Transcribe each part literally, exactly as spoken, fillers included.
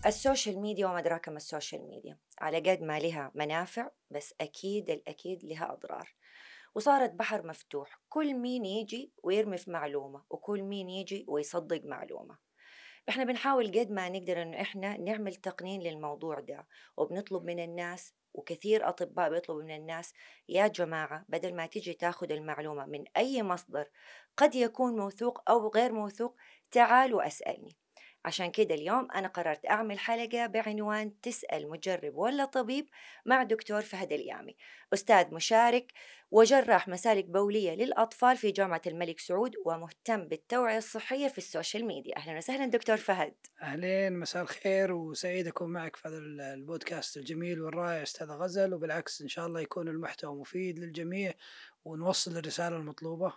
السوشيال ميديا وما أدراك ما السوشيال ميديا، على قد ما لها منافع بس أكيد الأكيد لها أضرار، وصارت بحر مفتوح، كل مين يجي ويرمي في معلومة وكل مين يجي ويصدق معلومة. إحنا بنحاول قد ما نقدر إنه إحنا نعمل تقنين للموضوع ده، وبنطلب من الناس وكثير أطباء بيطلبوا من الناس: يا جماعة بدل ما تيجي تاخد المعلومة من أي مصدر قد يكون موثوق أو غير موثوق، تعالوا أسألني. عشان كده اليوم أنا قررت أعمل حلقة بعنوان تسأل مجرب ولا طبيب مع دكتور فهد اليامي، أستاذ مشارك وجراح مسالك بولية للأطفال في جامعة الملك سعود ومهتم بالتوعية الصحية في السوشيال ميديا. أهلا وسهلا دكتور فهد. أهلين، مساء الخير، وسعيد أكون معك في هذا ال- البودكاست الجميل والرائع أستاذ غزل. وبالعكس إن شاء الله يكون المحتوى مفيد للجميع ونوصل الرسالة المطلوبة.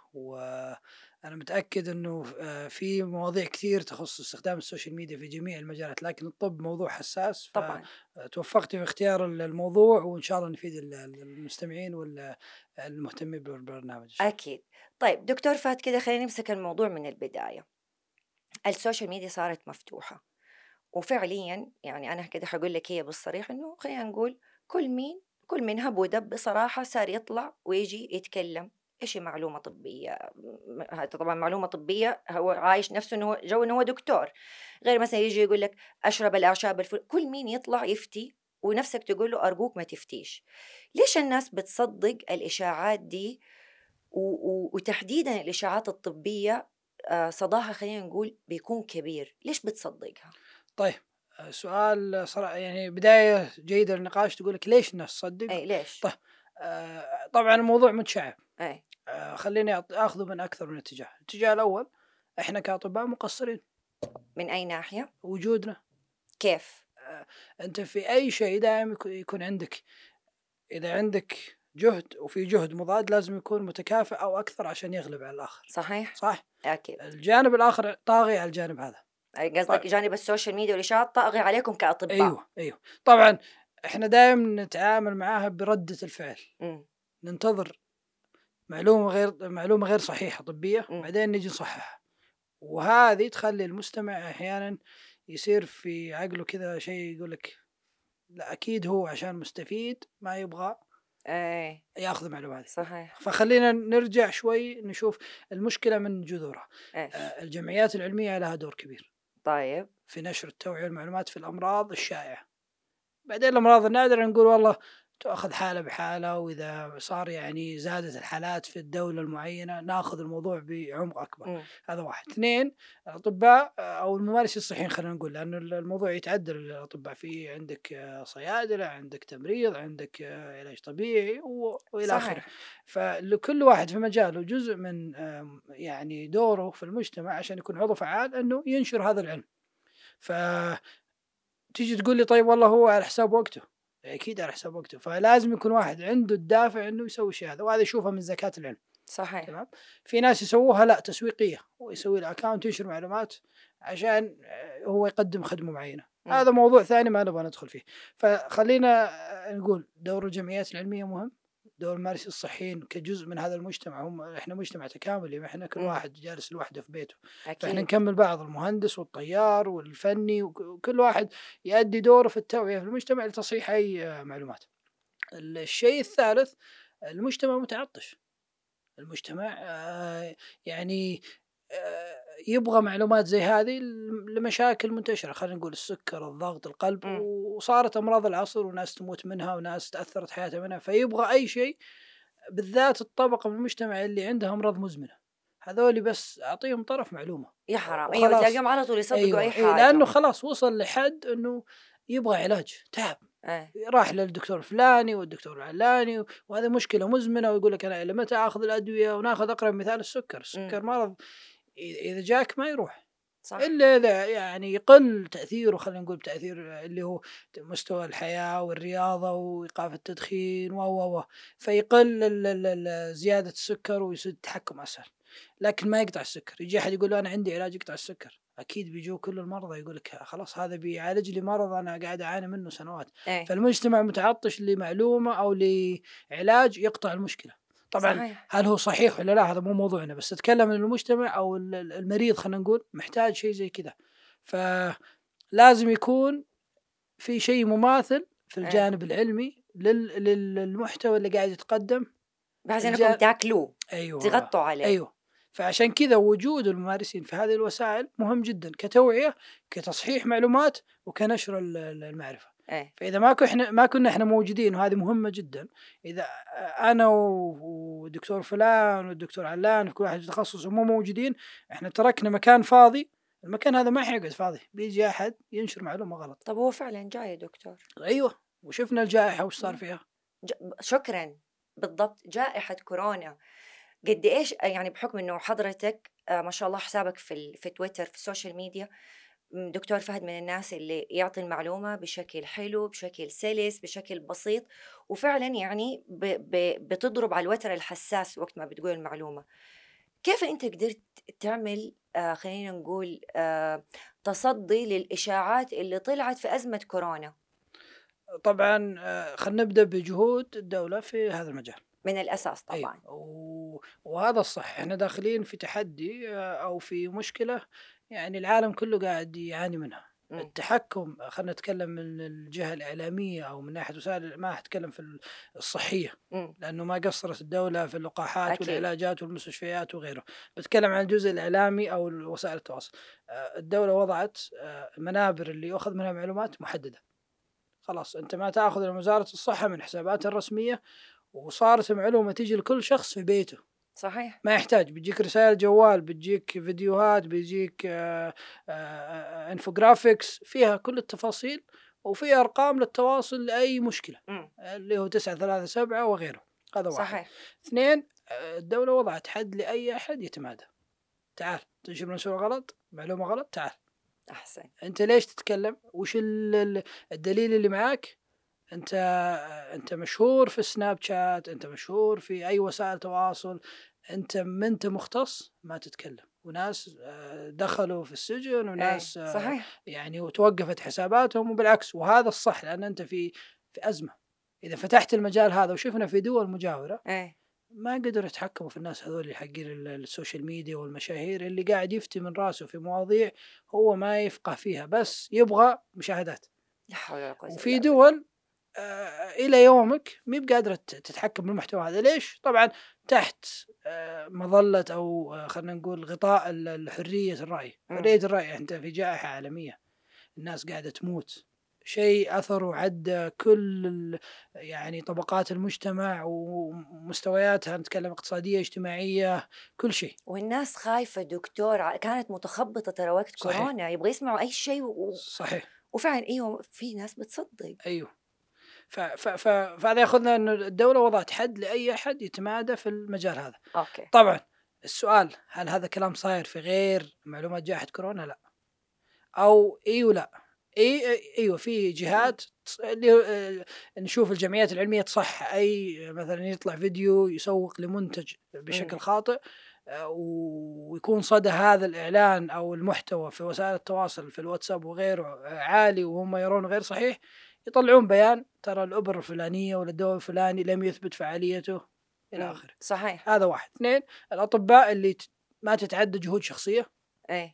وأنا متأكد أنه آه، في مواضيع كثير تخص استخدام السوشيال ميديا في جميع المجالات، لكن الطب موضوع حساس، طبعا. فتوفقت في اختيار ال- الموضوع، وإن شاء الله نفيد ال- المستمعين والمهتمين بالبرنامج. أكيد. طيب دكتور فهد، كده خلينا نمسك الموضوع من البداية. السوشيال ميديا صارت مفتوحة، وفعليا يعني أنا كده هقول لك هي بالصريح إنه خلينا نقول كل مين كل من هب ودب بصراحة صار يطلع ويجي يتكلم. إيش معلومة طبية، م- هذا طبعا معلومة طبية، هو عايش نفسه إنه هو جو إنه هو دكتور. غير مثلا يجي يقول لك أشرب الأعشاب الفل، كل مين يطلع يفتي ونفسك تقول له أرجوك ما تفتيش. ليش الناس بتصدق الإشاعات دي؟ و- و- وتحديدا الإشاعات الطبية، آه، صداها خلينا نقول بيكون كبير، ليش بتصدقها؟ طيب، آه، سؤال صراحة يعني بداية جيدة للنقاش. تقول لك ليش الناس تصدق؟ أي ليش؟ طيب، آه، طبعا الموضوع متشعب. أي. آه، خليني أعط- اخذه من اكثر من اتجاه. الاتجاه الاول، احنا كاطباء مقصرين. من أي ناحية؟ وجودنا، كيف؟ آه، انت في اي شيء دائما يكون يكون عندك، اذا عندك جهد وفي جهد مضاد لازم يكون متكافئ او اكثر عشان يغلب على الاخر. صحيح؟ صح؟ أكيد. الجانب الاخر طاغي على الجانب هذا. أي طيب، قصدك جانب السوشيال ميديا والإشاعات طاغي عليكم كأطباء. ايوه ايوه طبعا. احنا دائما نتعامل معاها برده الفعل. أمم. ننتظر معلومه غير معلومه غير صحيحه طبيه، أمم. بعدين نجي نصححها. وهذه تخلي المستمع أحيانا يصير في عقله كذا شيء، يقول لك لا أكيد هو عشان مستفيد ما يبغى أي. ياخذ المعلومة هذه. صحيح. فخلينا نرجع شوي نشوف المشكلة من جذورها. إيش؟ آه، الجمعيات العلمية لها دور كبير طيب. في نشر التوعية والمعلومات في الأمراض الشائعة. بعدين الأمراض النادرة نقول والله تأخذ حالة بحالة، وإذا صار يعني زادت الحالات في الدولة المعينة ناخذ الموضوع بعمق أكبر. أمم. هذا واحد. اثنين، الأطباء أو الممارسين الصحيين خلينا نقول، لأنه الموضوع يتعدى الأطباء. في عندك آه، صيادلة، عندك تمريض، عندك آه، علاج طبيعي و- وإلى آخره. صحيح. فلكل واحد في مجاله جزء من آم، يعني دوره في المجتمع عشان يكون عضو فعال أنه ينشر هذا العلم. ف تيجي تقول لي طيب والله هو على حساب وقته. أكيد على حساب وقته، فلازم يكون واحد عنده الدافع إنه يسوي الشيء هذا، وهذا يشوفه من زكاة العلم. صحيح. تمام. في ناس يسووها لا تسويقية، ويسوي له أكاونت ينشر معلومات عشان آه، هو يقدم خدمة معينة. أمم. هذا موضوع ثاني ما نبغى ندخل فيه. فخلينا آه، نقول دور الجمعيات العلمية مهم. دور الممارسين الصحيين كجزء من هذا المجتمع، هم احنا مجتمع تكاملي، ما احنا كل أمم. واحد جالس لوحده في بيته. فاحنا أكيد. نكمل بعض، المهندس والطيار والفني، وك- وكل واحد يؤدي دوره في التوعية في المجتمع لتصحيح أي آه، معلومات. الشيء الثالث، المجتمع متعطش. المجتمع آه، يعني آه، يبغى معلومات زي هذه لمشاكل منتشرة، خلينا نقول السكر، الضغط، القلب، أمم. وصارت أمراض العصر وناس تموت منها وناس تأثرت حياتها منها. فيبغى أي شيء، بالذات الطبقة من المجتمع اللي عندها أمراض مزمنة، هذول بس أعطيهم طرف معلومة يا حرام، أيوة وخلاص. بتلاقيهم على طول يصدقوا أي أيوة أي، لأنه حاجة. خلاص وصل لحد أنه يبغى علاج تعب، أي. راح للدكتور الفلاني والدكتور العلاني، وهذه مشكلة مزمنة، ويقول لك أنا إلى متى آخذ الأدوية. وناخذ أقرب مثال السكر. أمم. السكر مرض إذا إذا جاك ما يروح صح. إلا إذا يعني يقل تأثيره، خلينا نقول بتأثير اللي هو مستوى الحياة والرياضة وإيقاف التدخين و و و فيقل ال- ال- ال- زيادة السكر ويصير التحكم أسهل. لكن ما يقطع السكر. يجي أحد يقول له أنا عندي علاج يقطع السكر، أكيد بيجوا كل المرضى يقول لك خلاص هذا بيعالج لي مرض أنا قاعد أعاني منه سنوات. أي. فالمجتمع متعطش لمعلومة أو لعلاج يقطع المشكلة. طبعا صحيح. هل هو صحيح ولا لا هذا مو موضوعنا، بس أتكلم عن المجتمع أو ال- ال- المريض خلينا نقول محتاج شيء زي كذا. فلازم يكون في شيء مماثل في إيه. الجانب العلمي لل... لل- للمحتوى اللي قاعد يتقدم. بحيث الجا- انكم تاكلوه ايوه تغطوا عليه. ايوه. فعشان كذا وجود الممارسين في هذه الوسائل مهم جدا كتوعية، كتصحيح معلومات، وكنشر ال- ال- المعرفة. ايه فإذا ما كنا ما كنا احنا موجودين، وهذه مهمة جدا، إذا أنا و- والدكتور فلان والدكتور علان كل واحد تخصصه مو موجودين، احنا تركنا مكان فاضي، المكان هذا ما حيقعد فاضي، بيجي أحد ينشر معلومة غلط. طب هو فعلا جاي يا دكتور. أيوة، وشفنا الجائحة وش صار مم. فيها. ج... شكرا. بالضبط، جائحة كورونا قد ايش يعني، بحكم انه حضرتك آه ما شاء الله حسابك في ال... في تويتر في السوشيال ميديا، م، دكتور فهد من الناس اللي يعطي المعلومة بشكل حلو، بشكل سلس، بشكل بسيط، وفعلا يعني ب... ب... بتضرب على الوتر الحساس وقت ما بتقول المعلومة. كيف انت قدرت تعمل آه خلينا نقول آه تصدي للإشاعات اللي طلعت في أزمة كورونا؟ طبعا آه، خلينا نبدأ بجهود الدولة في هذا المجال. من الأساس أيوة. طبعا. و... وهذا الصح، احنا داخلين في تحدي آه، او في مشكلة، يعني العالم كله قاعد يعاني منها. مم. التحكم، خلينا نتكلم من الجهة الإعلامية أو من ناحية وسائل، ما أتكلم في الصحية مم. لأنه ما قصرت الدولة في اللقاحات أكيد. والعلاجات والمستشفيات وغيره. بتكلم عن الجزء الإعلامي أو وسائل التواصل. آه، الدولة وضعت آه، منابر اللي يأخذ منها معلومات محددة. خلاص أنت ما تأخذ من وزارة الصحة من حساباتها الرسمية، وصارت المعلومة تيجي لكل شخص في بيته. صحيح. ما يحتاج، بيجيك رسائل جوال، بتجيك فيديوهات، بيجيك آه، آه، انفوجرافيكس فيها كل التفاصيل، وفي أرقام للتواصل لأي مشكلة مم. اللي هو تسعة ثلاثة سبعة وغيره. هذا واحد. صحيح. اثنين، آه، الدولة وضعت حد لأي أحد يتمادى. تعال تنشر منشور غلط، معلومة غلط، تعال أحسن. أنت ليش تتكلم؟ وش ال- ال- الدليل اللي معاك؟ انت انت مشهور في سناب شات، انت مشهور في اي وسائل تواصل، انت ما انت مختص ما تتكلم. وناس آه، دخلوا في السجن، إيه. وناس آه، صحيح. يعني وتوقفت حساباتهم، وبالعكس، وهذا الصح لان انت في في ازمه. اذا فتحت المجال هذا، وشفنا في دول مجاوره إيه. ما قدروا يتحكموا في الناس هذول اللي حقين ال- السوشيال ميديا والمشاهير، اللي قاعد يفتي من راسه في مواضيع هو ما يفقه فيها، بس يبغى مشاهدات. لا حول ولا قوة إلا وفي بالله. دول آه، إلى يومك مي بقادرة ت- تتحكم بالمحتوى هذا. ليش؟ طبعا تحت آه، مظلة أو آه، خلينا نقول غطاء ال- ال- حرية الرأي. مم. حرية الرأي، أنت في جائحة عالمية، الناس قاعدة تموت، شيء أثره عدى كل ال- يعني طبقات المجتمع ومستوياتها، نتكلم اقتصادية اجتماعية، كل شيء. والناس خايفة دكتور، ع- كانت متخبطة ترى وقت صحيح. كورونا، يبغى يسمعوا أي شيء و... صحيح. وفعلا أيوه في ناس بتصدق. أيوه. ف- ف- ف- فهذا ياخذنا انه الدوله وضعت حد لاي احد يتمادى في المجال هذا. أوكي. طبعا السؤال، هل هذا كلام صاير في غير معلومات جائحه كورونا؟ لا. او اي ولا اي أي- ايوه، في جهات تص- اللي آه، نشوف الجمعيات العلميه تصح اي مثلا يطلع فيديو يسوق لمنتج بشكل مم. خاطئ، آه، ويكون صدى هذا الاعلان او المحتوى في وسائل التواصل في الواتساب وغيره آه، عالي، وهم يرون غير صحيح، يطلعون بيان ترى الابر الفلانيه ولا الدواء الفلاني لم يثبت فعاليته الى مم. اخره. صحيح. هذا واحد. اثنين، الاطباء اللي ت- ما تتعدى جهود شخصيه، إيه.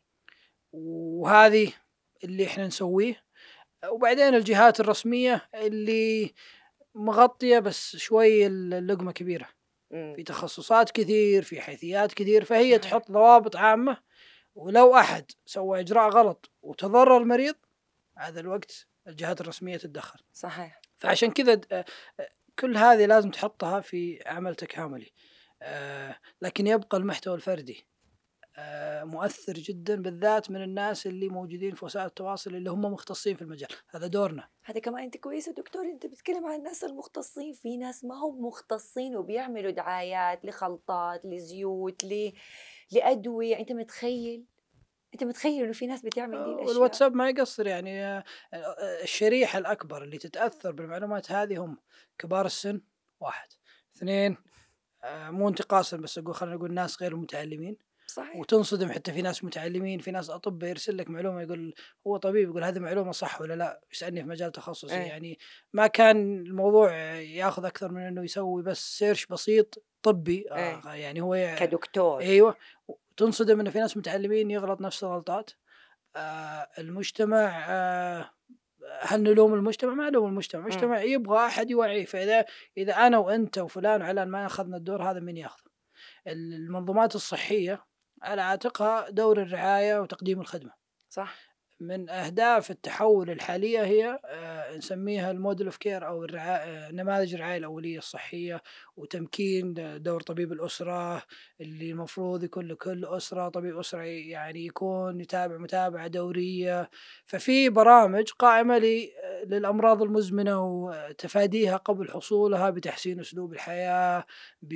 وهذه اللي احنا نسويه. وبعدين الجهات الرسميه اللي مغطيه بس شوي اللقمه كبيره، مم. في تخصصات كثير، في حيثيات كثير، فهي صحيح. تحط ضوابط عامه، ولو احد سوى اجراء غلط وتضرر المريض، هذا الوقت الجهات الرسميه تتدخل. صحيح. فعشان كذا د- آه، آه، كل هذه لازم تحطها في عمل تكاملي. آه، لكن يبقى المحتوى الفردي آه، مؤثر جدا، بالذات من الناس اللي موجودين في وسائل التواصل اللي هم مختصين في المجال. هذا دورنا. هذا كمان انت كويسه دكتور، انت بتتكلم عن الناس المختصين، في ناس ما هم مختصين وبيعملوا دعايات لخلطات لزيوت ل... لادويه. انت متخيل انت متخيل انه في ناس بتعمل دي الاشياء؟ والواتساب ما يقصر، يعني آه، آه، الشريحة الأكبر اللي تتأثر بالمعلومات هذه هم كبار السن، واحد. اثنين، آه، مو انتقاصا بس أقول، خلينا نقول ناس غير متعلمين. صحيح. وتنصدم حتى في ناس متعلمين، في ناس أطباء يرسل لك معلومة يقول هو طبيب، يقول هذه معلومة صح ولا لا، يسألني في مجال تخصصي. ايه. يعني ما كان الموضوع ياخذ أكثر من أنه يسوي بس سيرش بسيط طبي. ايه. آه يعني هو ي... كدكتور. أيوة. تنصدم أنه في ناس متعلمين يغلط نفس الغلطات. آه المجتمع آه هل نلوم المجتمع؟ ما نلوم المجتمع، إمم. المجتمع يبغى أحد يوعيه، فإذا إذا أنا وأنت وفلان وعلان ما أخذنا الدور هذا من ياخذه؟ المنظومات الصحية على عاتقها دور الرعاية وتقديم الخدمة. صح. من أهداف التحول الحالية هي آه، نسميها الموديل اوف كير أو الرعاية، نماذج الرعاية الأولية الصحية، وتمكين دور طبيب الأسرة اللي المفروض يكون لكل أسرة طبيب أسرة، يعني يكون يتابع متابعة دورية. ففي برامج قائمة ل- للأمراض المزمنة وتفاديها قبل حصولها بتحسين أسلوب الحياة،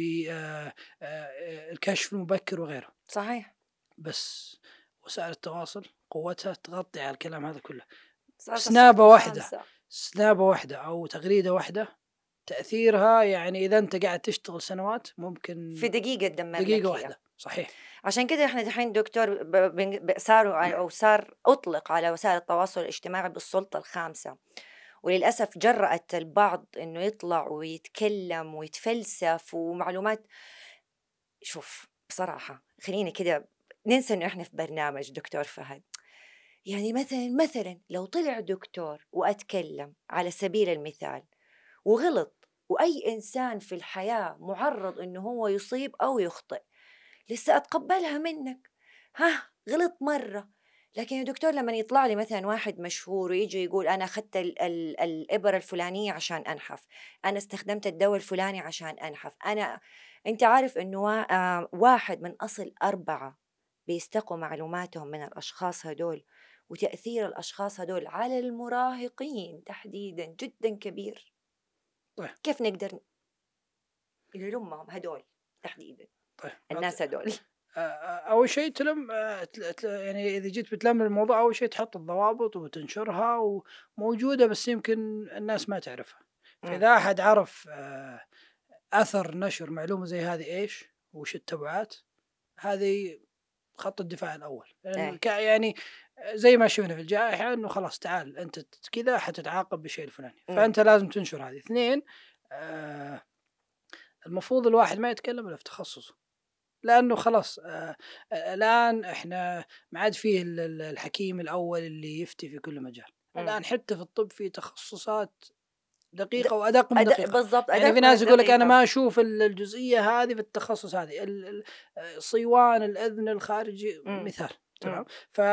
بالكشف المبكر وغيره. صحيح. بس وسائل التواصل قوتها تغطي على الكلام هذا كله. صار سنابة الصوت واحدة الخامسة. سنابة واحدة أو تغريدة واحدة تأثيرها، يعني إذا أنت قاعد تشتغل سنوات ممكن في دقيقة تدمر لك دقيقة هي. واحدة. صحيح. عشان كده احنا دحين دكتور ب- بن- ب- صاروا على- او صار اطلق على وسائل التواصل الاجتماعي بالسلطة الخامسة، وللأسف جرأت البعض انه يطلع ويتكلم ويتفلسف ومعلومات. شوف بصراحة خليني كده ننسى انه احنا في برنامج دكتور فهد. يعني مثلا مثلا لو طلع دكتور واتكلم على سبيل المثال وغلط، واي انسان في الحياة معرض انه هو يصيب او يخطئ، لسه أتقبلها منك. ها غلط مرة. لكن يا دكتور لما يطلع لي مثلا واحد مشهور ويجي يقول أنا أخذت ال- ال- الإبرة الفلانية عشان أنحف، أنا استخدمت الدواء الفلاني عشان أنحف، أنا أنت عارف أنه وا- آه، واحد من أصل أربعة بيستقوا معلوماتهم من الأشخاص هدول، وتأثير الأشخاص هدول على المراهقين تحديدا جدا كبير. طيب. كيف نقدر نلومهم هدول تحديدا طيب. الناس هدول؟ آه، آه، أول شيء تلم، آه، تل- تل- يعني إذا جيت بتلم الموضوع أول شيء تحط الضوابط وتنشرها وموجودة، بس يمكن الناس ما تعرفها. مم. فإذا أحد عرف آه، أثر نشر معلومة زي هذه إيش وش التبعات، هذه خط الدفاع الأول. لأنه إيه. ك- يعني زي ما شفنا في الجائحة إنه خلاص تعال أنت ت- كذا حتتعاقب بالشيء الفلاني، مم. فأنت لازم تنشر هذه. اثنين، آه المفروض الواحد ما يتكلم إلا في تخصصه، لأنه خلاص آه آه، الآن إحنا ما عاد فيه ال- ال- الحكيم الأول اللي يفتي في كل مجال. مم. الآن حتى في الطب في تخصصات د- دقيقة وأدق من أدق دقيقة. بالضبط يعني أدق في من ناس يقول لك أنا الدقيقة. ما أشوف ال- الجزئية هذه في التخصص هذه ال- ال- آه، صيوان الأذن الخارجي مم. مثال. تمام. مم.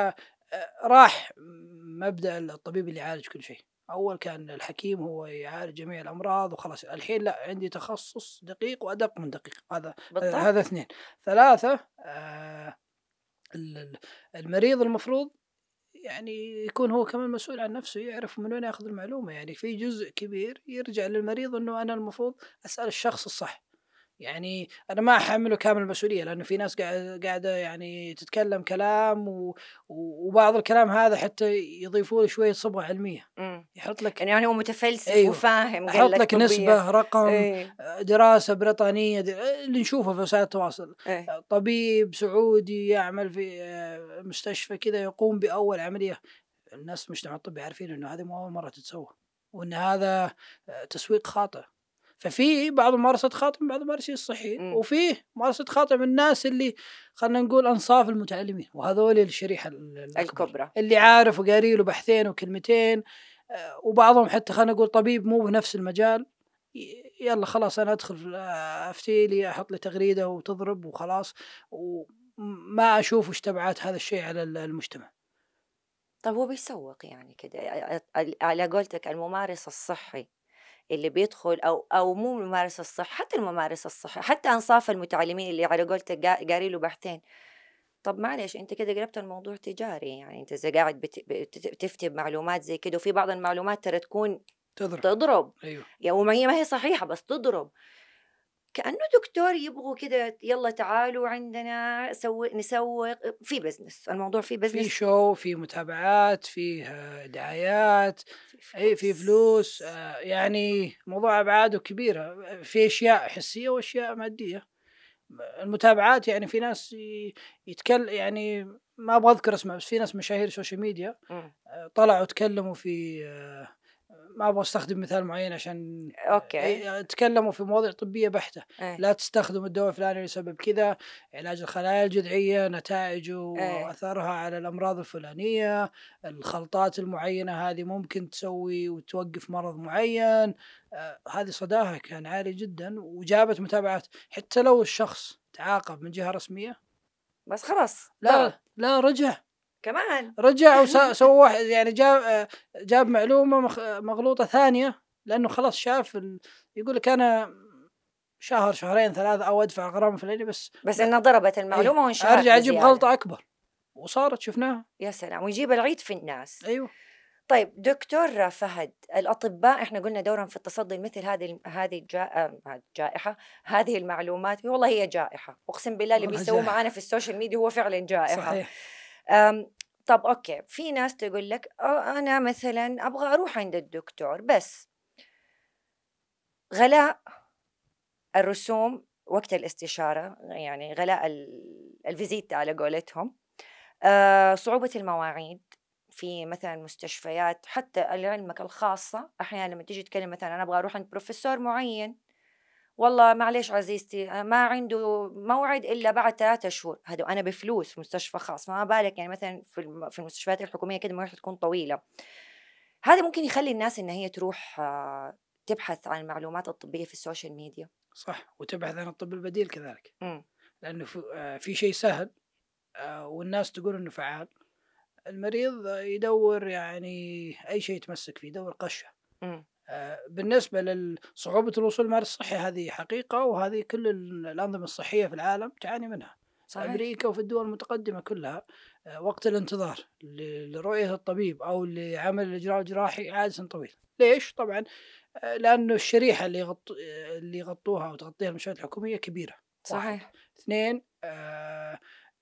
فراح مبدأ الطبيب اللي يعالج كل شيء. أول كان الحكيم هو يعالج جميع الأمراض وخلاص، الحين لا، عندي تخصص دقيق وأدق من دقيق. هذا بالضبط. هذا اثنين. ثلاثة، آه، ال- ال- المريض المفروض يعني يكون هو كمان مسؤول عن نفسه، يعرف من وين ياخذ المعلومة. يعني في جزء كبير يرجع للمريض إنه أنا المفروض أسأل الشخص الصح. يعني أنا ما أحمله كامل المسؤولية، لأنه في ناس قاعدة قاعدة يعني تتكلم كلام و... و- وبعض الكلام هذا حتى يضيفوا له شوية صبغة علمية، مم. يحط لك إنه يعني هو متفلسف أيوه، وفاهم، قال أحط لك لك طبية. نسبة رقم إيه. دراسة بريطانية د- اللي نشوفه في وسائل التواصل. إيه. طبيب سعودي يعمل في آه، مستشفى كذا يقوم بأول عملية. الناس المجتمع الطبي عارفين إنه هذه مو أول مرة تتسوى، وإن هذا آه، تسويق خاطئ. ففي بعض ممارسات خاطئة من بعض الممارسين الصحيين، مم. وفيه ممارسة خاطئة من الناس اللي خلينا نقول أنصاف المتعلمين، وهذول الشريحة ال- الأكبر الكبرى. اللي عارف وقاري له بحثين وكلمتين. آه، وبعضهم حتى خلينا نقول طبيب مو بنفس المجال، ي- يلا خلاص أنا أدخل آه، أفتي لي أحط لي تغريدة وتضرب وخلاص، وما أشوف وش تبعات هذا الشيء على ال- المجتمع. طب هو بيسوق يعني كده على قولتك الممارس الصحي اللي بيدخل او او مو الممارس الصحي، حتى الممارس الصحي، حتى انصاف المتعلمين اللي على قولتك قا- قاري له بحثين. طب معلش انت كده قلبت الموضوع تجاري. يعني انت اذا قاعد بت- بت- بتفتي بمعلومات زي كده، وفي بعض المعلومات ترى تكون تضرب. تضرب، أيوه. يعني وما هي ما هي صحيحة بس تضرب. كأنه دكتور يبغوا كده يلا تعالوا عندنا سوي نسوق في بزنس، الموضوع في في بزنس، شو، في متابعات، فيه آه، دعايات، في اي في فلوس. آه، يعني موضوع ابعاده كبيره، في اشياء حسيه واشياء ماديه. المتابعات يعني في ناس ي- يتكلم، يعني ما ابغى اذكر اسماء، بس في ناس مشاهير سوشيال ميديا مم. آه، طلعوا تكلموا في آه، ما أبغى أستخدم مثال معين عشان أوكي. تكلموا في مواضيع طبية بحتة. إيه. لا تستخدم الدواء الفلاني لسبب كذا، علاج الخلايا الجذعية، نتائجه إيه. وأثرها على الأمراض الفلانية، الخلطات المعينة هذه ممكن تسوي وتوقف مرض معين. آه هذه صداها كان عالي جدا وجابت متابعات، حتى لو الشخص تعاقب من جهة رسمية بس خلاص لا ضغط لا رجع كمان. رجع وسوى واحد يعني جاب جاب معلومة مخ- مغلوطة ثانية، لأنه خلاص شاف ال... يقول لك أنا شهر شهرين ثلاثة أو أدفع غرامة فلانية بس بس ب... إنها ضربت إيه المعلومة وانشهرت أرجع أجيب بزيادة. غلطة أكبر، وصارت شفناها. يا سلام، ويجيب العيد في الناس. أيوه. طيب دكتور فهد، الأطباء إحنا قلنا دورهم في التصدي لمثل هذه هذه الجا- آه، الجائحة، هذه المعلومات. والله هي جائحة، أقسم بالله اللي والله بيسووه جاء معانا في السوشيال ميديا هو فعلا جائحة. صحيح. أم طب أوكي، في ناس تقول لك آه، أنا مثلا أبغى أروح عند الدكتور، بس غلاء الرسوم وقت الاستشارة، يعني غلاء ال- الفيزيت على قولتهم، آه، صعوبة المواعيد في مثلا مستشفيات، حتى لعلمك الخاصة أحيانا لما تيجي تتكلم مثلا أنا أبغى أروح عند بروفيسور معين، والله معلش عزيزتي آه، ما عنده موعد إلا بعد ثلاثة شهور. هذا أنا بفلوس في مستشفى خاص، فما بالك يعني مثلا في الم- في المستشفيات الحكومية كده المواعيد تكون طويلة. هذا ممكن يخلي الناس إن هي تروح آه، تبحث عن المعلومات الطبية في السوشيال ميديا. صح، وتبحث عن الطب البديل كذلك، مم. لأنه في, آه، في شيء سهل آه، والناس تقول إنه فعال. المريض يدور يعني أي شيء يتمسك فيه، يدور قشة. مم. آه، بالنسبة لصعوبة الوصول للمال الصحي هذه حقيقة، وهذه كل ال- الأنظمة الصحية في العالم تعاني منها. في صحيح. أمريكا وفي الدول المتقدمة كلها آه، وقت الانتظار ل- لرؤية الطبيب أو لعمل الإجراء الجراحي عادة طويل. ليش؟ طبعا آه، لأنه الشريحة اللي يغط... آه، اللي يغطوها وتغطيها المستشفيات الحكومية كبيرة. واحد. صحيح. اثنين، آه،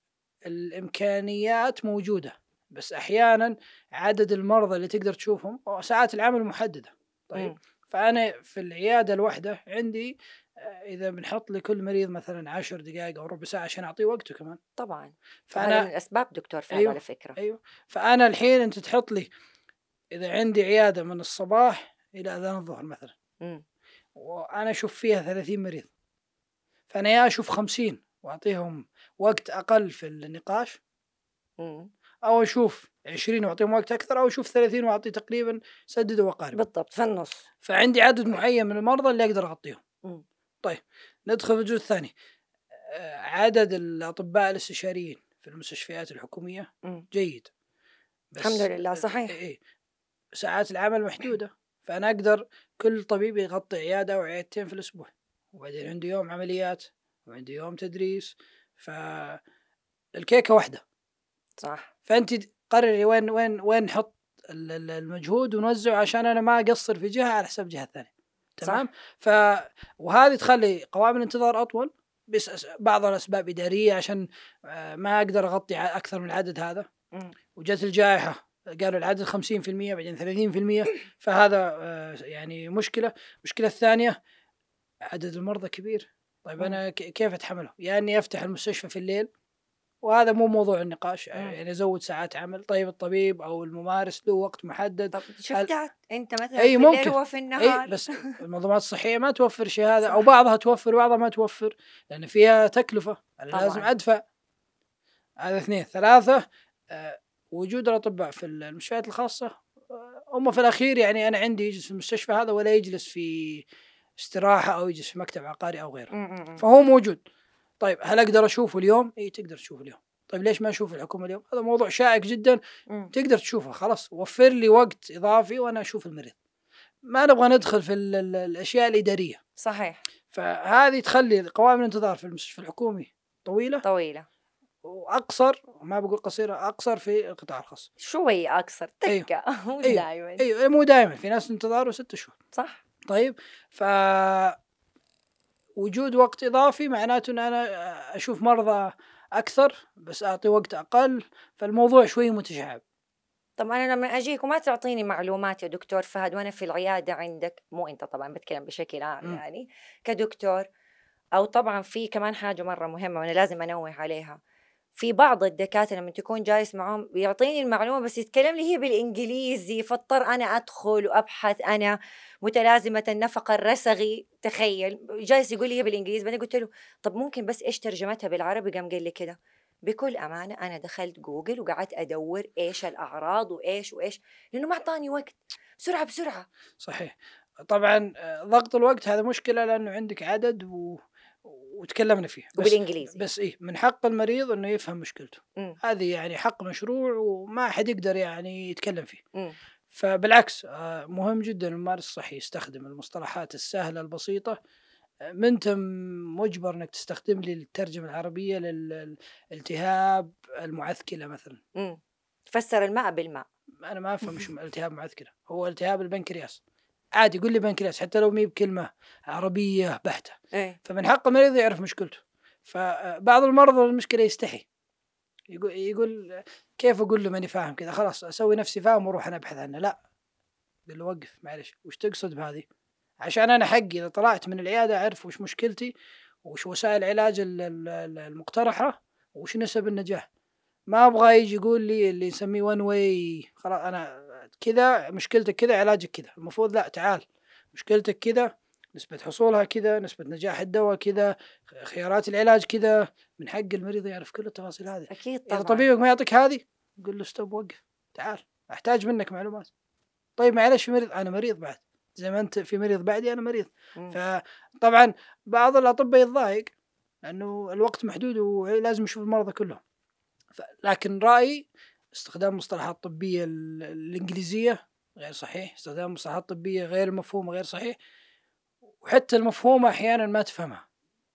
الإمكانيات موجودة، بس أحيانا عدد المرضى اللي تقدر تشوفهم ساعات العمل محددة. طيب مم. فأنا في العيادة الواحدة عندي آه، إذا بنحط لكل مريض مثلا عشر دقائق أو ربع ساعة عشان أعطيه وقته كمان. طبعا. وهذا من فأنا الأسباب دكتور فهد على أيوه فكرة. أيوه فأنا الحين أنت تحط لي إذا عندي عيادة من الصباح إلى أذان الظهر مثلا، مم. وأنا أشوف فيها ثلاثين مريض، فأنا يا أشوف خمسين وأعطيهم وقت أقل في النقاش، مم. أو أشوف عشرين وأعطيهم وقت أكثر، أو أشوف ثلاثين وأعطي تقريبا سدد وقارب. بالضبط في النص. فعندي عدد معين من المرضى اللي أقدر أغطيهم. مم. طيب ندخل في الجزء الثاني. آه، عدد الأطباء الاستشاريين في المستشفيات الحكومية مم. جيد، الحمد بس لله. صحيح. إيه ساعات العمل محدودة، فأنا أقدر كل طبيب يغطي عيادة أو عيادتين في الأسبوع، وبعدين عندي يوم عمليات وعندي يوم تدريس، فالكيكة واحدة. صح. فأنت قرري وين وين وين نحط ال- ال- المجهود ونوزعه عشان أنا ما أقصر في جهة على حساب جهة ثانية. تمام. صح. ف وهذه تخلي قوائم الانتظار أطول، بس بعض الأسباب إدارية عشان آه، ما أقدر أغطي ع- أكثر من العدد هذا. مم. وجت الجائحة قالوا العدد خمسين في المية بعدين ثلاثين في المية، فهذا آه، يعني مشكلة. المشكلة الثانية عدد المرضى كبير. طيب مم. أنا ك- كيف أتحمله؟ يعني إني أفتح المستشفى في الليل، وهذا مو موضوع النقاش، مم. يعني أزود ساعات عمل. طيب الطبيب أو الممارس له وقت محدد. طب هل شفتها أنت مثلا أي في الليل ممكن هو في أي النهار. بس المنظمات الصحية ما توفر شيء هذا، أو صح. بعضها توفر وبعضها ما توفر، لأن فيها تكلفة أنا لازم طبعا. أدفع. هذا اثنين. ثلاثة، آه، وجود الأطباء في المستشفيات الخاصة آه، هم في الأخير يعني أنا عندي يجلس في المستشفى هذا ولا يجلس في استراحة أو يجلس في مكتب عقاري أو غيره، مم. مم. فهو موجود. طيب هل أقدر أشوفه اليوم؟ إيه تقدر تشوفه اليوم. طيب ليش ما أشوف الحكومة اليوم؟ هذا موضوع شائك جدا. مم. تقدر تشوفه، خلاص وفر لي وقت إضافي وأنا أشوف المريض. ما نبغى ندخل في ال- ال- الأشياء الإدارية. صحيح. فهذه تخلي قوائم الانتظار في المستشفى الحكومي طويلة، طويلة. وأقصر، ما بقول قصيرة، أقصر في القطاع الخاص. شوي أقصر أيوه تكة مو أيوه دايما. أيوه مو دائما، في ناس انتظاره ست شهور. صح. طيب ف وجود وقت إضافي معناته أن أنا أشوف مرضى أكثر بس أعطي وقت أقل، فالموضوع شوي متشعب. طب أنا لما أجيك وما تعطيني معلومات يا دكتور فهد وأنا في العيادة عندك، مو أنت طبعا بتكلم بشكل عام م. يعني كدكتور، أو طبعا في كمان حاجة مرة مهمة وأنا لازم أنوه عليها، في بعض الدكاترة لما تكون جالس معهم بيعطيني المعلومة بس يتكلم لي هي بالإنجليزي، فاضطر أنا أدخل وأبحث أنا متلازمة النفق الرسغي، تخيل جالس يقول لي هي بالإنجليزي. بعدين قلت له طب ممكن بس إيش ترجمتها بالعربي؟ قام قال لي كده. بكل أمانة أنا دخلت جوجل وقعدت أدور إيش الأعراض وإيش وإيش، لأنه ما أعطاني وقت، بسرعة بسرعة. صحيح. طبعا آه، ضغط الوقت هذا مشكلة، لأنه عندك عدد و... وتكلمنا فيه، بس وبالإنجليزي. بس إيه، من حق المريض إنه يفهم مشكلته. مم. هذه يعني حق مشروع وما حد يقدر يعني يتكلم فيه. مم. فبالعكس آه، مهم جدا الممارس الصحي يستخدم المصطلحات السهلة البسيطة. آه، ما انت م- مجبر انك تستخدم لي الترجمة العربية للالتهاب المعثكلة مثلا. مم. فسر الماء بالماء. انا ما افهم شو التهاب معثكلة، هو التهاب البنكرياس عادي، يقول لي بنكرياس حتى لو مي بكلمة عربية بحتة. إيه. فمن حق المريض يعرف مشكلته. فبعض المرضى المشكلة يستحي، يقول يقول كيف اقول له ماني فاهم كذا، خلاص اسوي نفسي فاهم واروح انا ابحث عنه. لا، قال له وقف معلش، وش تقصد بهذه؟ عشان انا حقي اذا طلعت من العياده اعرف وش مشكلتي، وش وسائل العلاج ال- ال- ال- المقترحه، وش نسب النجاح. ما ابغى يجي يقول لي اللي يسميه وان واي، خلاص انا كذا مشكلتك كذا علاجك كذا. المفروض لا، تعال مشكلتك كذا، نسبة حصولها كذا، نسبة نجاح الدواء كذا، خيارات العلاج كذا. من حق المريض يعرف كل التفاصيل هذه. أكيد إذا طبعا. طبيبك ما يعطيك هذه، قل له ستوب، وقف، تعال أحتاج منك معلومات. طيب معلش، في مريض، أنا مريض بعد زي ما أنت في مريض بعدي، أنا مريض. مم. فطبعا بعض الأطباء يتضايق لأنه الوقت محدود ولازم يشوف المرضى كلهم. ف- لكن رأيي استخدام المصطلحات الطبية ال- الإنجليزية غير صحيح، استخدام مصطلحات طبية غير مفهومة غير صحيح، وحتى المفهومة أحيانا ما تفهمها.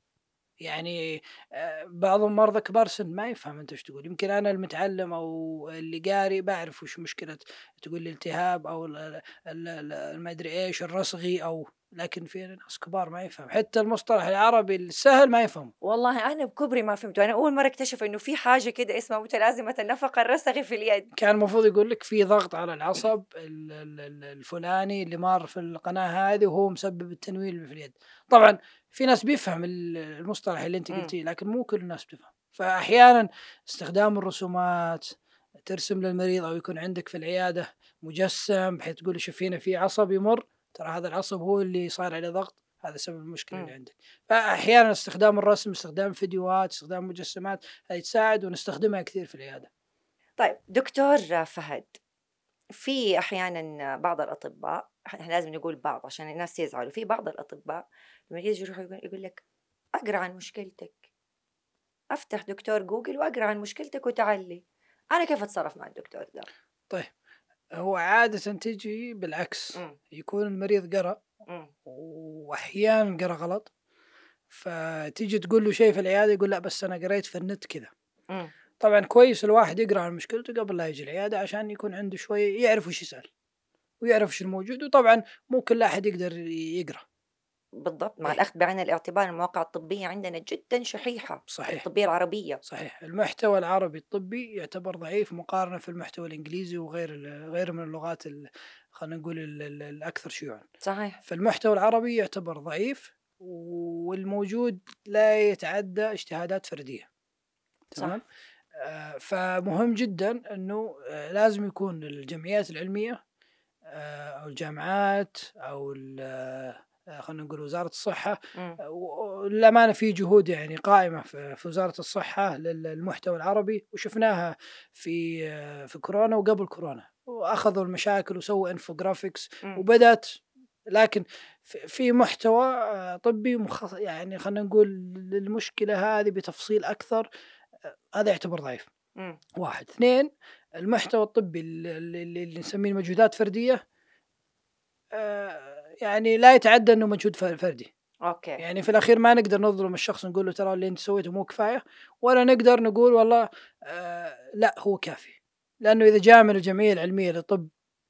يعني آه، بعض المرضى كبار سن ما يفهم انت ايش تقول. يمكن انا المتعلم او اللي قاري بعرف وش مشكلة، تقول لي التهاب او ال- ال- ال- المدري ايش الرسغي، او لكن في ناس كبار ما يفهم حتى المصطلح العربي السهل ما يفهم. والله أنا بكبري ما فهمته، أنا أول مرة اكتشف إنه في حاجة كده اسمها متلازمة النفق الرسغي في اليد. كان المفروض يقول لك في ضغط على العصب ال- ال- ال- الفلاني اللي مار في القناة هذه وهو مسبب التنويل في اليد. طبعا في ناس بيفهم ال- المصطلح اللي انت مم. قلتيه، لكن مو كل الناس بتفهم. فأحيانا استخدام الرسومات، ترسم للمريض أو يكون عندك في العيادة مجسم بحيث تقول له شوف هنا في عصب يمر، ترى هذا العصب هو اللي صار عليه ضغط، هذا سبب المشكلة اللي مم. عندك. فأحيانا استخدام الرسم، استخدام فيديوهات، استخدام مجسمات، هذه تساعد ونستخدمها كثير في العيادة. طيب دكتور فهد، في أحيانا بعض الأطباء، إحنا لازم نقول بعض عشان الناس يزعلوا، في بعض الأطباء لما يجي يروح يقول, يقول لك أقرأ عن مشكلتك، أفتح دكتور جوجل وأقرأ عن مشكلتك وتعلي. أنا كيف أتصرف مع الدكتور ده؟ طيب، هو عادة تجي بالعكس، مم. يكون المريض قرأ مم. وأحيانا قرأ غلط، فتيجي تقول له شيء في العيادة يقول لا بس أنا قريت في النت كذا. مم. طبعا كويس الواحد يقرأ عن مشكلته قبل لا يجي العيادة عشان يكون عنده شوية يعرف وش يسأل ويعرف وش الموجود. وطبعا مو كل أحد يقدر يقرأ. بالضبط، مع إيه. الأخذ بعين الاعتبار المواقع الطبية عندنا جدا شحيحة، صحيح. الطبية العربية. صحيح، المحتوى العربي الطبي يعتبر ضعيف مقارنة في المحتوى الإنجليزي وغير غير من اللغات ال- خلينا نقول ال- ال- الأكثر شيوعا. صحيح. فالمحتوى العربي يعتبر ضعيف والموجود لا يتعدى اجتهادات فردية. تمام. صح. آه فمهم جدا أنه آه لازم يكون الجمعيات العلمية آه أو الجامعات أو ال- آه خلينا نقول وزارة الصحة، مم. آه، والأمانة في جهود يعني قائمة في في وزارة الصحة للمحتوى العربي، وشفناها في آه في كورونا وقبل كورونا، وأخذوا المشاكل وسووا انفوجرافيكس مم. وبدأت. لكن في في محتوى آه، طبي مخصص يعني خلينا نقول للمشكلة هذه بتفصيل أكثر، آه، هذا يعتبر ضعيف. مم. واحد اثنين، المحتوى الطبي اللي, اللي, اللي نسميه مجهودات فردية، آه، يعني لا يتعدى أنه مجهود ف- فردي. أوكي. يعني في الأخير ما نقدر نظلم الشخص نقول له ترى اللي أنت سويته مو كفاية، ولا نقدر نقول والله آه لا هو كافي. لأنه إذا جاء من الجمعية العلمية لطب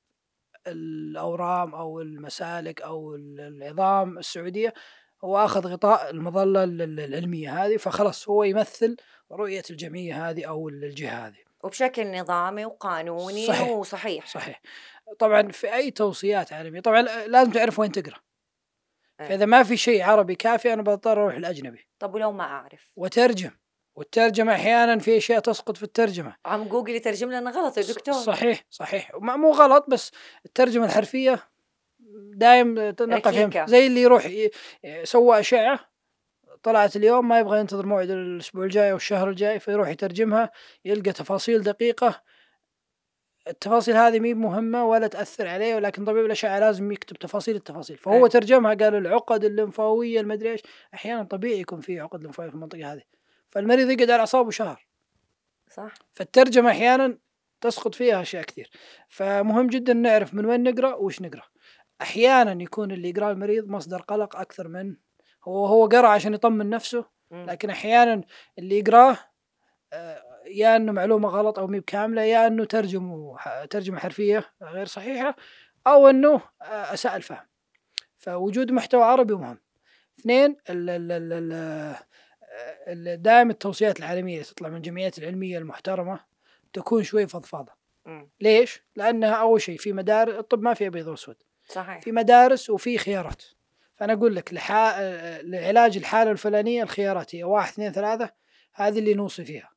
الأورام أو المسالك أو العظام السعودية، هو أخذ غطاء المظلة ال- ال- العلمية هذه، فخلص هو يمثل رؤية الجمعية هذه أو الجهة هذه. وبشكل نظامي وقانوني صحيح. وصحيح. صحيح. طبعا في أي توصيات عالمية طبعا لازم تعرف وين تقرأ. إيه. فإذا ما في شيء عربي كافي أنا بضطر أروح الأجنبي طب ولو ما أعرف؟ وترجم والترجمة أحيانا في أشياء تسقط في الترجمة. عم جوجل يترجم لنا غلط يا دكتور. صحيح صحيح، مو غلط، بس الترجمة الحرفية دايم تنقى فيهم. زي اللي يروح يسوى أشعة طلعت اليوم ما يبغى ينتظر موعد الأسبوع الجاي أو الشهر الجاي، فيروح يترجمها يلقى تفاصيل دقيقة. التفاصيل هذه مي مهمة ولا تأثر عليه، ولكن طبيب الأشعة لازم يكتب تفاصيل التفاصيل، فهو أه. ترجمها قال العقد الليمفاوية المدري إيش. أحيانا طبيعي يكون فيه عقد ليمفاوية في المنطقة هذه، فالمريض يقعد على أعصابه شهر. صح. فالترجمة أحيانا تسقط فيها أشياء كثير، فمهم جدا نعرف من وين نقرأ وش نقرأ. أحيانا يكون اللي يقرأ المريض مصدر قلق أكثر من هو هو قرأ عشان يطمن نفسه، لكن أحيانا اللي يقرأه يا أنه معلومة غلط أو مي بكاملة، يا أنه ترجمه ترجمة حرفية غير صحيحة، أو أنه أساء الفهم. فوجود محتوى عربي مهم. اثنين، دائما التوصيات العالمية اللي تطلع من الجمعيات العلمية المحترمة تكون شوي فضفاضة. ليش؟ لأنها أول شيء في مدارس الطب ما في أبيض وأسود، صحيح. في مدارس وفي خيارات. فأنا أقول لك لحا... لعلاج الحالة الفلانية الخيارات هي واحد اثنين ثلاثة، هذه اللي نوصي فيها.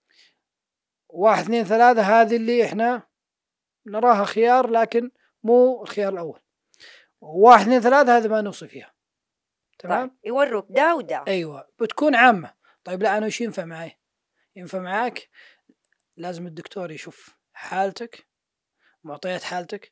واحد اثنين ثلاثة هذه اللي إحنا نراها خيار لكن مو الخيار الأول. واحد اثنين ثلاثة هذه ما نوصي فيها. تمام؟ طيب يوروك دا ودا. أيوة، بتكون عامة. طيب لا، أنا وش ينفع معي؟ ينفع معاك لازم الدكتور يشوف حالتك، معطيات حالتك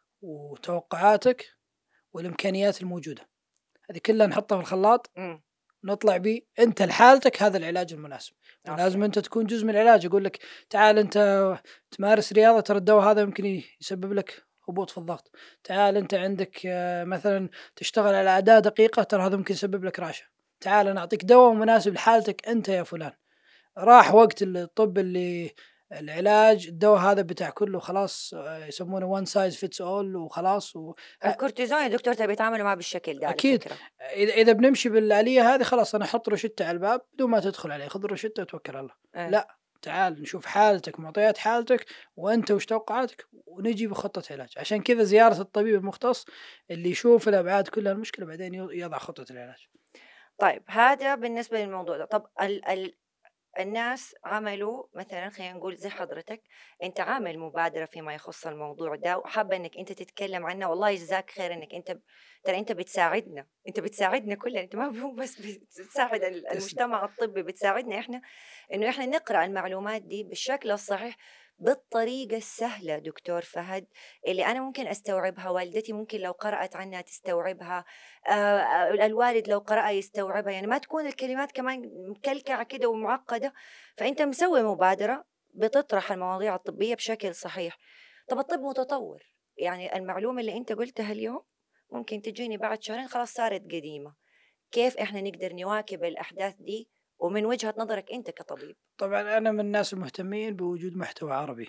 وتوقعاتك والإمكانيات الموجودة، هذه كلها نحطها في الخلاط م. نطلع بيه أنت لحالتك هذا العلاج المناسب. لازم أنت تكون جزء من العلاج. يقول لك تعال أنت تمارس رياضة، ترى الدواء هذا يمكن يسبب لك هبوط في الضغط. تعال أنت عندك مثلا تشتغل على أداة دقيقة، ترى هذا ممكن يسبب لك رعشة. تعال نعطيك دواء مناسب لحالتك أنت يا فلان. راح وقت الطب اللي العلاج الدواء هذا بتاع كله خلاص يسمونه one size fits all وخلاص. و... الكورتيزون يا دكتور تبي يتعاملوا معه بالشكل ده. أكيد. إذا إذا بنمشي بالآلية هذه خلاص أنا أحط روشتة على الباب بدون ما تدخل عليه، خذ روشتة وتوكل الله. أه. لا، تعال نشوف حالتك، معطيات حالتك، وأنت وش توقعاتك، ونجي بخطة علاج. عشان كذا زيارة الطبيب المختص اللي يشوف الأبعاد كلها المشكلة بعدين يضع خطة العلاج. طيب هذا بالنسبة للموضوع ده. طب ال ال الناس عملوا مثلا خلينا نقول زي حضرتك انت عامل مبادرة فيما يخص الموضوع ده وحابة انك انت تتكلم عنه، والله يجزاك خير انك انت ترى انت بتساعدنا انت بتساعدنا كلنا، انت ما هو بس بتساعد المجتمع الطبي، بتساعدنا احنا انه احنا نقرأ المعلومات دي بالشكل الصحيح بالطريقة السهلة. دكتور فهد اللي أنا ممكن أستوعبها، والدتي ممكن لو قرأت عنها تستوعبها، آه الوالد لو قرأها يستوعبها، يعني ما تكون الكلمات كمان مكلكعة كده ومعقدة. فأنت مسوي مبادرة بتطرح المواضيع الطبية بشكل صحيح. طب الطب متطور، يعني المعلومة اللي أنت قلتها اليوم ممكن تجيني بعد شهرين خلاص صارت قديمة. كيف إحنا نقدر نواكب الأحداث دي ومن وجهة نظرك أنت كطبيب؟ طبعا أنا من الناس المهتمين بوجود محتوى عربي.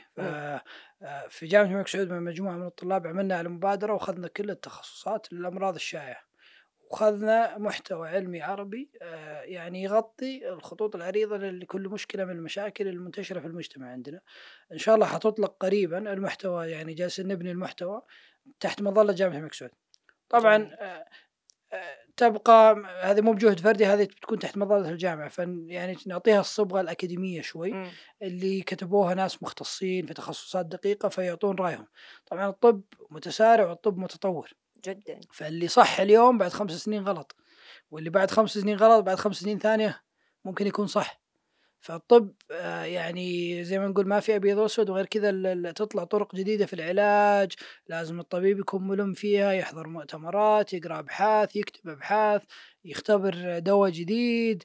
في جامعة الملك سعود من مجموعة من الطلاب عملنا على مبادرة وأخذنا كل التخصصات للأمراض الشائعة، وأخذنا محتوى علمي عربي يعني يغطي الخطوط العريضة لكل مشكلة من المشاكل المنتشرة في المجتمع عندنا. إن شاء الله حتطلق قريبا المحتوى، يعني جالسين نبني المحتوى تحت مظلة جامعة الملك سعود. طبعا تبقى هذه مو بجهد فردي، هذه بتكون تحت مظلة الجامعة، فيعني نعطيها الصبغة الأكاديمية شوي م. اللي كتبوها ناس مختصين في تخصصات دقيقة فيعطون رأيهم. طبعا الطب متسارع والطب متطور جدا، فاللي صح اليوم بعد خمس سنين غلط، واللي بعد خمس سنين غلط بعد خمس سنين ثانية ممكن يكون صح. فالطب يعني زي ما نقول ما في أبيض وأسود، وغير كذا تطلع طرق جديدة في العلاج لازم الطبيب يكون ملم فيها، يحضر مؤتمرات، يقرأ أبحاث، يكتب أبحاث، يختبر دواء جديد.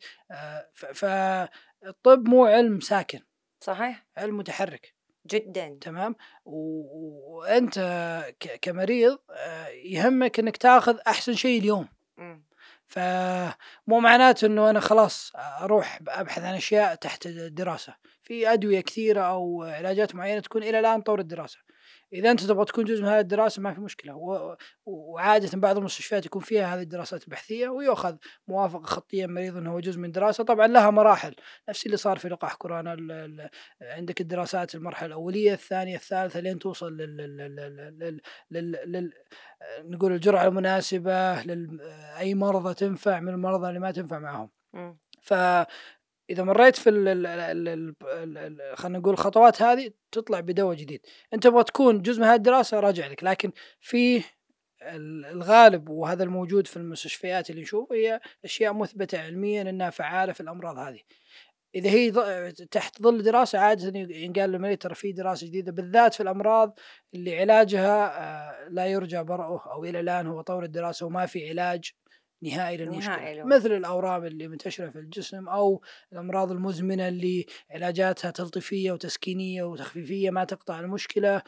فالطب مو علم ساكن، صحيح، علم متحرك جدا. تمام. وأنت كمريض يهمك أنك تأخذ أحسن شيء اليوم. م. فمو معناته أنه أنا خلاص أروح أبحث عن أشياء تحت الدراسة. في أدوية كثيرة أو علاجات معينة تكون إلى الآن طور الدراسة. إذا أنت تبغى تكون جزء من هذه الدراسة ما في مشكلة، وعادة بعض المستشفيات يكون فيها هذه الدراسات البحثية ويأخذ موافقة خطية من المريض أنه هو جزء من دراسة. طبعا لها مراحل، نفس اللي صار في لقاح كورونا. عندك الدراسات المرحلة الأولية، الثانية، الثالثة، لين توصل لل لل لل لل نقول الجرعة المناسبة لأي مرضى تنفع من المرضى اللي ما تنفع معهم. ف إذا مريت في ال ال ال ال ال ال خلينا نقول الخطوات هذه تطلع بدواء جديد. أنت تبغى تكون جزء من هذه الدراسة راجع لك، لكن في ال- الغالب وهذا الموجود في المستشفيات اللي نشوفه هي أشياء مثبتة علميا أنها فعالة في الأمراض هذه. إذا هي ض- تحت ظل دراسة عادة ينقال للمريض ترى في دراسة جديدة بالذات في الأمراض اللي علاجها آه، لا يرجى برؤه أو إلى الآن هو طور الدراسة وما في علاج نهائي للمشكلة، نهائي له. مثل الأورام اللي منتشرة في الجسم أو الأمراض المزمنة اللي علاجاتها تلطيفية وتسكينية وتخفيفية ما تقطع المشكلة.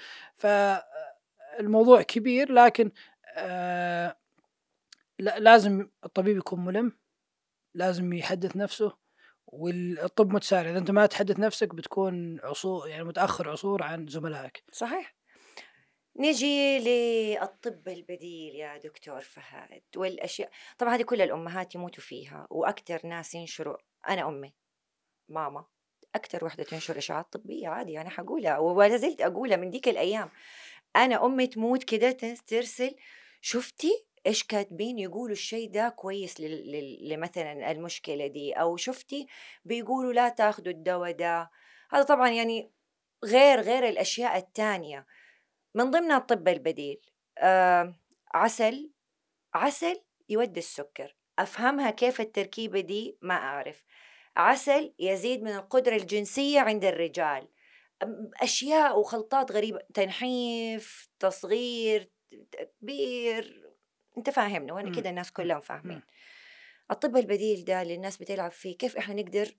فالموضوع كبير، لكن آه لا- لازم الطبيب يكون ملم، لازم يحدث نفسه، والطب متسارع. إذا أنت ما تحدث نفسك بتكون عصور يعني متأخر عصور عن زملائك. صحيح. نجي للطب البديل يا دكتور فهد والأشياء. طبعا هذه كل الأمهات يموتوا فيها، وأكثر ناس ينشروا، أنا أمي ماما أكثر وحدة تنشر إشاعات طبية عادي، أنا حقولها ولا زلت أقولها من ديك الأيام. أنا أمي تموت كده تنس- ترسل، شفتي إيش كاتبين يقولوا الشيء ده كويس لل- لل- لمثلا المشكلة دي، أو شفتي بيقولوا لا تاخدوا الدواء ده. هذا طبعا يعني غير غير الأشياء التانية من ضمنها الطب البديل. آه عسل، عسل يودي السكر، أفهمها كيف التركيبة دي ما أعرف. عسل يزيد من القدرة الجنسية عند الرجال. أم- أشياء وخلطات غريبة، تنحيف، تصغير، تكبير. أنت فاهمنا وأنا مم. كده الناس مم. كلهم فاهمين. مم. الطب البديل ده اللي الناس بتلعب فيه، كيف إحنا نقدر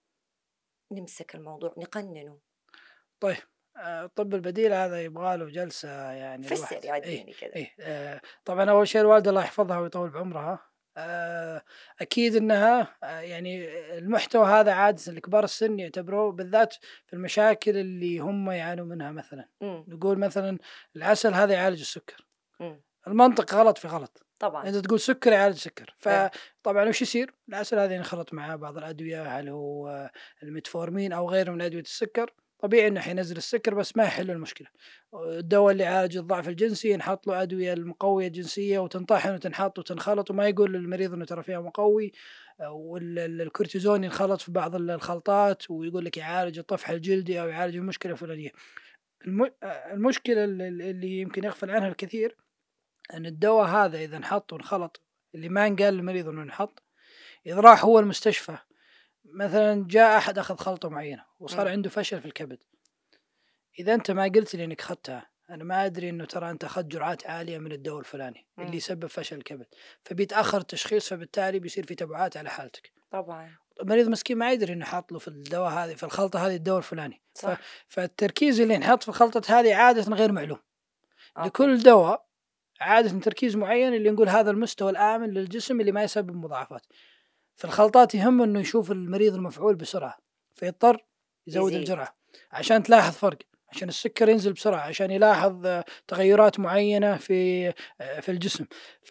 نمسك الموضوع نقننه؟ طيب، آه، الطب البديل هذا يبغى له جلسة يعني فسر لوحده. إيه يعديني كده. إيه آه طبعا أول شيء الوالدة الله يحفظها ويطول بعمرها، آه أكيد إنها آه يعني المحتوى هذا عادة لكبار السن يعتبروه بالذات في المشاكل اللي هم يعانوا منها. مثلا امم نقول مثلا العسل هذا يعالج السكر، امم المنطق غلط في غلط. طبعا. أنت تقول سكر يعالج سكر، إيه. فطبعا وش يصير؟ العسل هذا ينخلط معاه بعض الأدوية، هل هو آه، الميتفورمين أو غيره من أدوية السكر، طبيعي انه حينزل السكر بس ما يحل المشكله. الدواء اللي يعالج الضعف الجنسي ينحط له ادويه المقويه الجنسيه وتنطحن وتنحط وتنخلط، وما يقول للمريض انه ترى فيها مقوي. والكورتيزون ينخلط في بعض الخلطات ويقول لك يعالج الطفح الجلدي او يعالج المشكله الفلانيه. الم- المشكله اللي اللي يمكن يغفل عنها الكثير ان الدواء هذا اذا انحط وانخلط اللي ما انقال للمريض انه ينحط، اذا راح هو المستشفى مثلا جاء احد اخذ خلطه معينه وصار امم عنده فشل في الكبد، إذا أنت ما قلت لي إنك أخذتها أنا ما أدري إنه ترى أنت أخذت جرعات عالية من الدواء الفلاني اللي امم يسبب فشل الكبد، فبيتأخر التشخيص فبالتالي بيصير في تبعات على حالتك. طبعا. المريض مسكين ما يدري إنه حاط له في الدواء هذه في الخلطة هذه الدواء الفلاني. ف... صح. فالتركيز اللي ينحط في الخلطة هذه عادة غير معلوم. اوكي. لكل دواء عادة تركيز معين اللي نقول هذا المستوى الآمن للجسم اللي ما يسبب مضاعفات. في الخلطات يهم إنه يشوف المريض المفعول بسرعة، فيضطر يزود يزيد. الجرعة عشان تلاحظ فرق، عشان السكر ينزل بسرعة، عشان يلاحظ آه، تغيرات معينة في آه، في الجسم.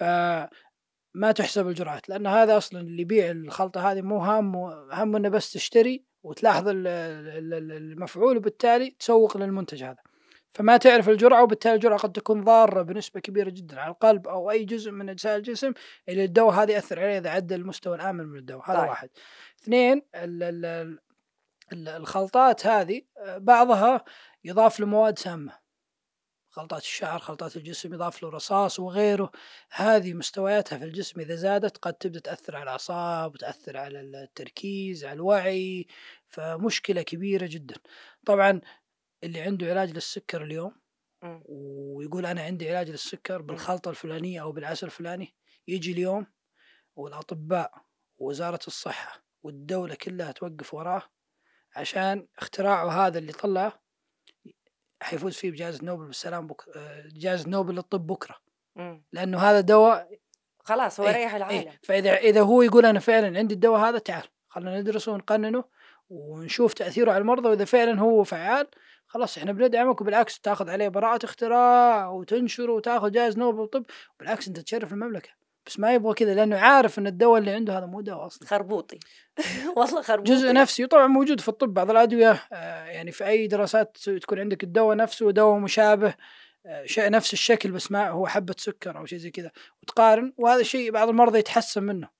فما تحسب الجرعات لأن هذا أصلا اللي يبيع الخلطة هذه مو همه، همه إنه بس تشتري وتلاحظ ال- ال- ال- المفعول وبالتالي تسوق للمنتج هذا. فما تعرف الجرعة وبالتالي الجرعة قد تكون ضارة بنسبة كبيرة جدا على القلب أو أي جزء من أجزاء الجسم اللي الدواء هذا يأثر عليه إذا عدى المستوى الآمن من الدواء. هذا طيب. واحد. اثنين، ال- ال- ال- الخلطات هذه آه، بعضها يضاف له مواد سامة، خلطات الشعر خلطات الجسم يضاف له رصاص وغيره. هذه مستوياتها في الجسم إذا زادت قد تبدأ تأثر على الأعصاب وتأثر على التركيز على الوعي، فمشكلة كبيرة جدا. طبعا اللي عنده علاج للسكر اليوم امم ويقول أنا عندي علاج للسكر امم بالخلطة الفلانية أو بالعسل الفلاني، يجي اليوم والأطباء ووزارة الصحة والدولة كلها توقف وراه عشان اختراعه هذا اللي طلع حيفوز فيه بجائزة نوبل بالسلام بك... آه، جائزة نوبل للطب بكرة، امم لأنه هذا دواء. خلاص هو إيه ريح إيه العالم. فإذا إذا هو يقول أنا فعلا عندي الدواء هذا، تعال خلينا ندرسه ونقننه ونشوف تأثيره على المرضى، وإذا فعلا هو فعال خلاص إحنا بندعمك، وبالعكس تاخذ عليه براءة اختراع وتنشره وتاخذ جائزة نوبل بالطب، بالعكس أنت تشرف المملكة. بس ما يبغى كذا لأنه عارف أن الدواء اللي عنده هذا مو دواء أصلا. خربوطي. والله جزء خربوطي. نفسي طبعا موجود في الطب بعض الأدوية آه، يعني في أي دراسات تكون عندك الدواء نفسه دواء مشابه آه، شيء نفس الشكل بس ما هو حبة سكر أو شيء زي كذا وتقارن، وهذا الشيء بعض المرضى يتحسن منه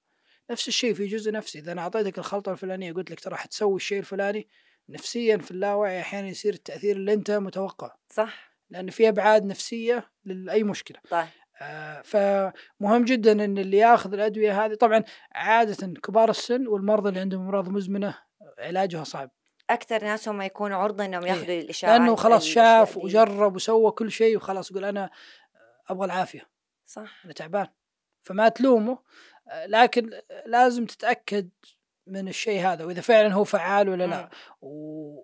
نفس الشيء في جزء نفسي. إذا أنا أعطيتك الخلطة الفلانية قلت لك ترى حتسوي الشيء الفلاني، نفسيا في اللاوعي أحيانا يصير التأثير اللي أنت متوقع، صح. لأن في أبعاد نفسية لأي مشكلة. طيب. آه فمهم جدا أن اللي ياخذ الأدوية هذه، طبعا عادة كبار السن والمرضى اللي عندهم أمراض مزمنة علاجها صعب. أكتر ناس هم يكونوا عرضة إنهم إيه، ياخذوا لأنه الإشاعات خلاص الأشياء شاف دي. وجرب وسوى كل شيء وخلاص يقول أنا أبغى العافية، صح. أنا تعبان. فما تلومه، آه، لكن لازم تتأكد من الشيء هذا وإذا فعلا هو فعال ولا لا. مم. و-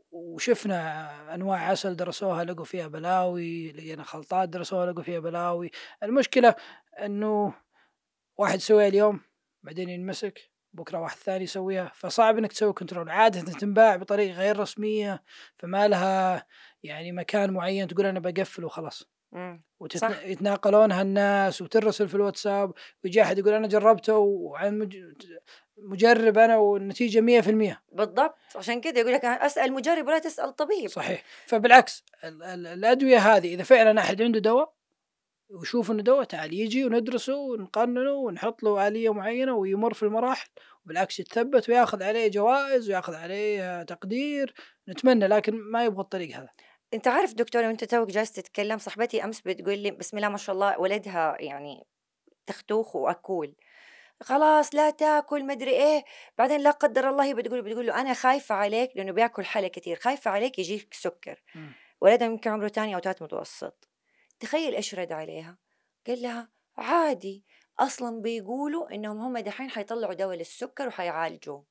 وشفنا أنواع عسل درسوها لقوا فيها بلاوي، لقينا خلطات درسوها لقوا فيها بلاوي. المشكلة أنه واحد يسويها اليوم بعدين ينمسك، بكرة واحد ثاني يسويها، فصعب انك تسوي كنترول. عادة تنباع بطريقة غير رسمية، فما لها يعني مكان معين تقول انا بقفل وخلاص، مم. صح. ويتناقلونها الناس وترسل في الواتساب، ويجي احد يقول انا جربته وعن مج- مجرب انا والنتيجة مية في المية. بالضبط، عشان كده يقول لك أسأل مجرب ولا تسأل طبيب. صحيح. فبالعكس ال- ال- الأدوية هذه إذا فعلا أحد عنده دواء ويشوف انه دواء، تعال يجي وندرسه ونقننه ونحط له آلية معينة ويمر في المراحل، وبالعكس يتثبت وياخذ عليه جوائز وياخذ عليه تقدير، نتمنى. لكن ما يبغى الطريق هذا. انت عارف دكتور، وانت توك جالس تتكلم، صاحبتي امس بتقول لي بسم الله ما شاء الله ولدها يعني تختوخ واكول، خلاص لا تاكل مدري ايه، بعدين لا قدر الله هي بتقول بتقول له انا خايفه عليك لانه بياكل حلا كثير، خايفه عليك يجيك سكر. مم. ولدها يمكن عمره تاني او ثالث متوسط. تخيل ايش رد عليها، قال لها عادي، اصلا بيقولوا انهم هم دحين حيطلعوا دواء للسكر وحيعالجوه.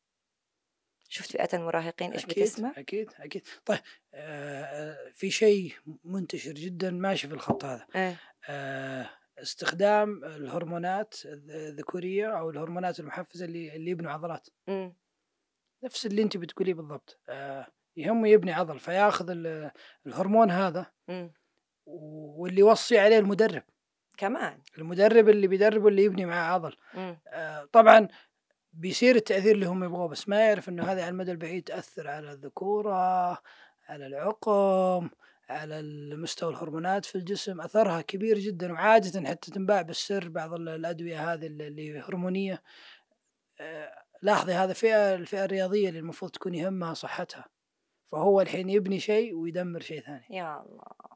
شفت فئة المراهقين ايش أكيد بتسمع؟ أكيد أكيد. طيب، آه في شيء منتشر جدا ماشي في الخط هذا، ايه. آه استخدام الهرمونات الذكورية أو الهرمونات المحفزة اللي اللي يبنوا عضلات. امم. نفس اللي أنت بتقوليه بالضبط. آه يهمه يبني عضل فياخذ ال- الهرمون هذا، امم. واللي يوصي عليه المدرب، كمان. المدرب اللي بيدربه اللي يبني معاه عضل. امم. آه طبعا بيصير التأثير اللي هم يبغوه، بس ما يعرف انه هذه على المدى البعيد تأثر على الذكورة، على العقم، على المستوى الهرمونات في الجسم، أثرها كبير جدا. وعادة حتى تنباع بالسر بعض ال- الأدوية هذه اللي اللي هرمونية. آه لاحظي هذا فئة الفئة الرياضية اللي المفروض تكون يهمها صحتها، فهو الحين يبني شيء ويدمر شيء ثاني. يا الله.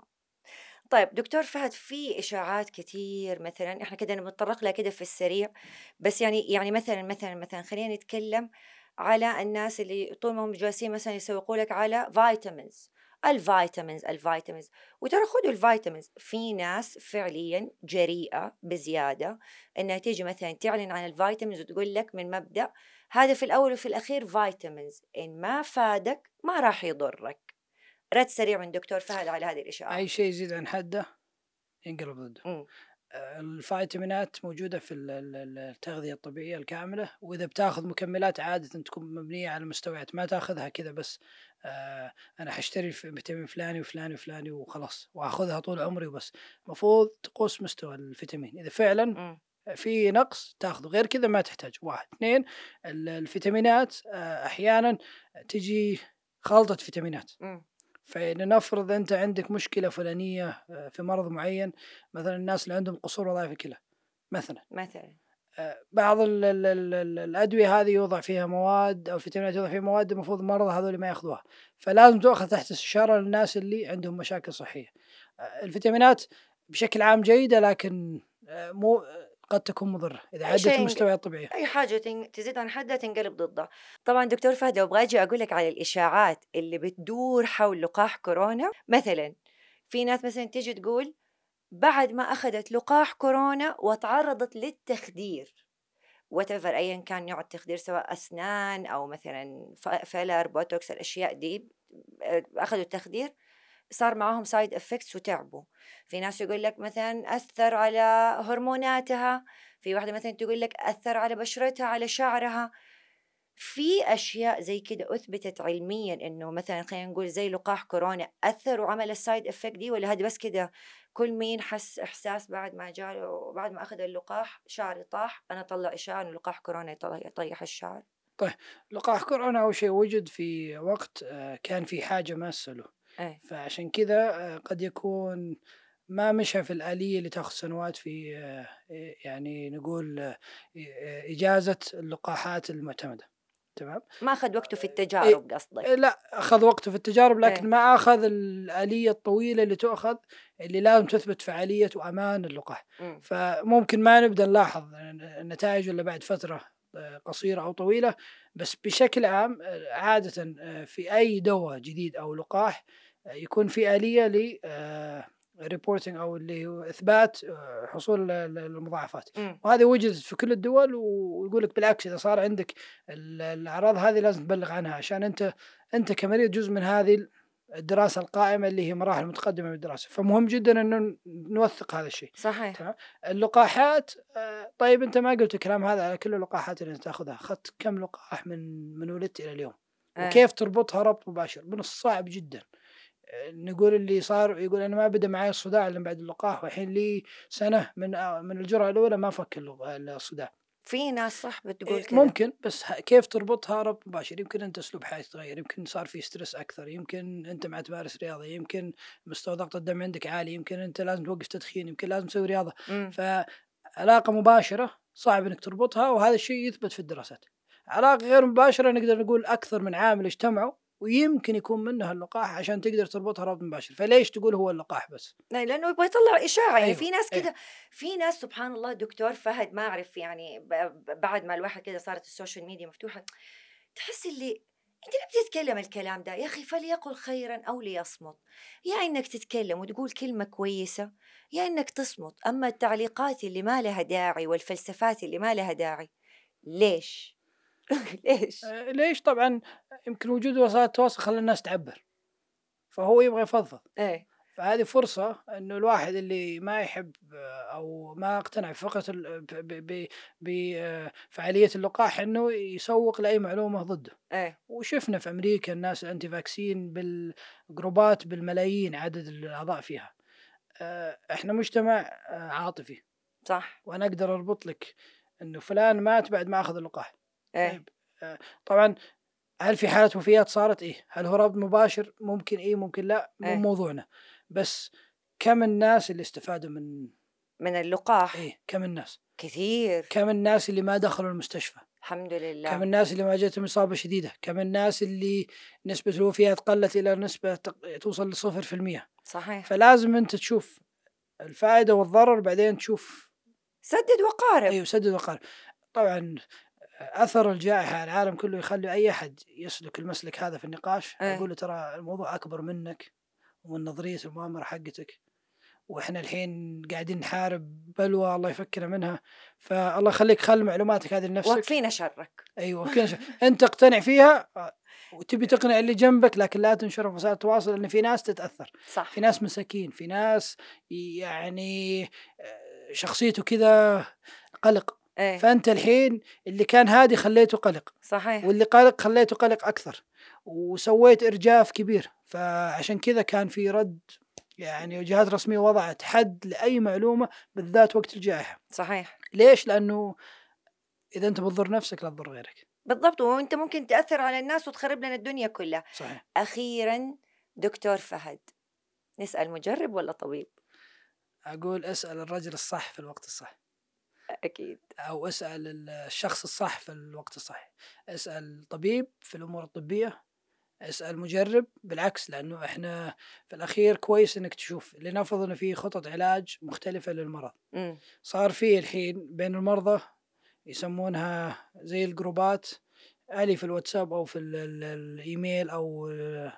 طيب دكتور فهد، في إشاعات كتير مثلا احنا كده بنتطرق لها كده في السريع، بس يعني يعني مثلا مثلا مثلا خلينا نتكلم على الناس اللي طول ما هم جالسين مثلا يسوقوا لك على فيتامينز، الفيتامينز الفيتامينز، وترى خذوا الفيتامينز. في ناس فعليا جريئة بزيادة انها تيجي مثلا تعلن عن الفيتامينز وتقول لك من مبدأ هذا في الاول وفي الاخير فيتامينز، ان ما فادك ما راح يضرك. رد سريع من دكتور فهد على هذه أي الإشاعات. شيء يزيد عن حده ينقلب ضده. امم. آه، الفيتامينات موجودة في ال- ال- ال- التغذية الطبيعية الكاملة، وإذا بتاخذ مكملات عادة تكون مبنية على مستويات، ما تاخذها كذا بس. آه أنا حشتري في فيتامين فلاني وفلاني وفلاني وخلاص وأخذها طول عمري وبس. المفروض تقوس مستوى الفيتامين، إذا فعلا امم. في نقص تاخذه، غير كذا ما تحتاج. واحد اثنين، ال- الفيتامينات آه أحيانا تجي خلطة فيتامينات. امم. فلنفرض أنت عندك مشكلة فلانية آه، في مرض معين، مثلا الناس اللي عندهم قصور وظائف الكلى مثلا، مثلا. آه، بعض ال ال ال ال الأدوية هذه يوضع فيها مواد أو الفيتامينات يوضع فيها مواد المفروض المرضى هذول ما ياخذوها، فلازم تؤخذ تحت استشارة للناس اللي عندهم مشاكل صحية. آه، الفيتامينات بشكل عام جيدة، لكن آه، مو قد تكون مضرة إذا أي عدت شيء ينق- المستويات الطبيعية. أي حاجة تن- تزيد عن حدها تنقلب ضدها. طبعا دكتور فهد، لو أبغى أجي أقول لك على الإشاعات اللي بتدور حول لقاح كورونا، مثلا في ناس مثلا تيجي تقول بعد ما أخذت لقاح كورونا وتعرضت للتخدير، whatever أيا كان نوع التخدير، سواء أسنان أو مثلا ف- فيلر بوتوكس، الأشياء دي آه، أخذوا التخدير، صار معاهم سايد افكتس وتعبوا. في ناس يقول لك مثلا أثر على هرموناتها، في واحدة مثلا تقول لك أثر على بشرتها على شعرها. في أشياء زي كده أثبتت علميا إنه مثلا خلينا نقول زي لقاح كورونا أثر وعمل السايد افكت دي، ولا هذه بس كده كل مين حس إحساس بعد ما جاله بعد ما أخذ اللقاح شعري طاح، أنا طلع إشاعة إنه لقاح كورونا يطلع- يطيح الشعر. طيب، لقاح كورونا أول شيء وجد في وقت آه، كان في حاجة ماسة له، إيه. فعشان كذا آه، قد يكون ما مشى في الآلية اللي تاخذ سنوات في يعني نقول إجازة اللقاحات المعتمدة. تمام. ما أخذ وقته في إيه التجارب قصدك. لا أخذ وقته في التجارب، لكن إيه. ما أخذ الآلية الطويلة اللي تؤخذ اللي لازم تثبت فعالية وأمان اللقاح. مم. فممكن ما نبدأ نلاحظ النتائج إلا بعد فترة قصيرة أو طويلة. بس بشكل عام عادة في أي دواء جديد أو لقاح يكون في آلية ل ريبورتنج أو اللي هو إثبات حصول المضاعفات، مم. وهذه وجدت في كل الدول. ويقول لك بالعكس إذا صار عندك الأعراض هذه لازم تبلغ عنها، عشان أنت أنت كمريض جزء من هذه الدراسة القائمة اللي هي مراحل متقدمة من الدراسة. فمهم جدا أنه نوثق هذا الشيء. صحيح. تمام. اللقاحات طيب أنت ما قلت الكلام هذا على كل اللقاحات اللي أنت تأخذها. أخذت كم لقاح من من ولدت إلى اليوم؟ إيه. وكيف تربطها ربط مباشر؟ من الصعب جدا. نقول اللي صار يقول أنا ما بدأ معي الصداع إلا بعد اللقاح، والحين لي سنة من من الجرعة الأولى ما فك الصداع. في ناس صح بتقول كذا. ممكن، بس كيف تربطها ربط مباشر؟ يمكن أنت أسلوب حياتك تغير، يمكن صار في ستريس أكثر، يمكن أنت ما تمارس رياضة، يمكن مستوى ضغط الدم عندك عالي، يمكن أنت لازم توقف تدخين، يمكن لازم تسوي رياضة. مم. فعلاقة مباشرة صعب إنك تربطها، وهذا الشيء يثبت في الدراسات. علاقة غير مباشرة نقدر نقول أكثر من عامل اجتمعوا ويمكن يكون منها اللقاح عشان تقدر تربطها ربط مباشر. فليش تقول هو اللقاح بس؟ لأنه يبغى يطلع إشاعة. يعني أيوة. في ناس كده. أيوة. في ناس سبحان الله دكتور فهد ما أعرف يعني بعد ما الواحد كده صارت السوشيال ميديا مفتوحة تحس اللي أنت ليه بتتكلم الكلام ده يا أخي؟ فليقل خيرا أو ليصمت. يا إنك تتكلم وتقول كلمة كويسة يا إنك تصمت. أما التعليقات اللي ما لها داعي والفلسفات اللي ما لها داعي ليش؟ ليش؟ آه ليش؟ طبعا يمكن وجود وسائل التواصل خلى الناس تعبر، فهو يبغى يفضفض. إيه. فهذه فرصة إنه الواحد اللي ما يحب أو ما اقتنع بفقرة بفعالية اللقاح إنه يسوق لأي معلومة ضده. إيه. وشفنا في أمريكا الناس الأنتي فاكسين بالجروبات بالملايين عدد الأعضاء فيها. إحنا مجتمع عاطفي. صح. وأنا أقدر أربط لك إنه فلان مات بعد ما أخذ اللقاح. إيه. طيب طبعا هل في حالة وفيات صارت؟ إيه. هل هو ربط مباشر؟ ممكن إيه ممكن لا، مو إيه. موضوعنا. بس كم الناس اللي استفادوا من من اللقاح؟ إيه كم الناس؟ كثير. كم الناس اللي ما دخلوا المستشفى؟ الحمد لله. كم الناس اللي ما جاتهم إصابة شديدة؟ كم الناس اللي نسبة الوفيات قلت إلى نسبة توصل لصفر في المية؟ صحيح. فلازم أنت تشوف الفائدة والضرر بعدين تشوف سدد وقارب. أيوه سدد وقارب. طبعا أثر الجائحة على العالم كله يخلي أي أحد يسلك المسلك هذا في النقاش. أه. أقول له ترى الموضوع أكبر منك ومن نظرية المؤامرة حقتك، وإحنا الحين قاعدين نحارب بلوى الله يفكنا منها. فالله يخليك خلي معلوماتك هذه لنفسك. واقفين شرك. أيوة واقفين شرك. أنت اقتنع فيها وتبي تقنع اللي جنبك، لكن لا تنشر في وسائل التواصل لأن في ناس تتأثر. صح. في ناس مساكين، في ناس يعني شخصيته كذا قلق. إيه. فأنت الحين اللي كان هادي خليته قلق. صحيح. واللي قلق خليته قلق أكثر، وسويت إرجاف كبير. فعشان كذا كان في رد، يعني جهات رسمية وضعت حد لأي معلومة بالذات وقت الجائحة. صحيح. ليش؟ لأنه إذا أنت بتضر نفسك لا تضر غيرك. بالضبط. وأنت ممكن تأثر على الناس وتخرب لنا الدنيا كلها. صحيح. أخيرا دكتور فهد، نسأل مجرب ولا طبيب؟ أقول اسأل الرجل الصح في الوقت الصح. أكيد. أو اسأل الشخص الصح في الوقت الصح. اسأل طبيب في الأمور الطبية، اسأل مجرب. بالعكس، لأنه إحنا في الأخير كويس إنك تشوف لنفرض إنه في خطط علاج مختلفة للمرض. م. صار في الحين بين المرضى يسمونها زي الجروبات اللي في الواتساب أو في ال ال الإيميل أو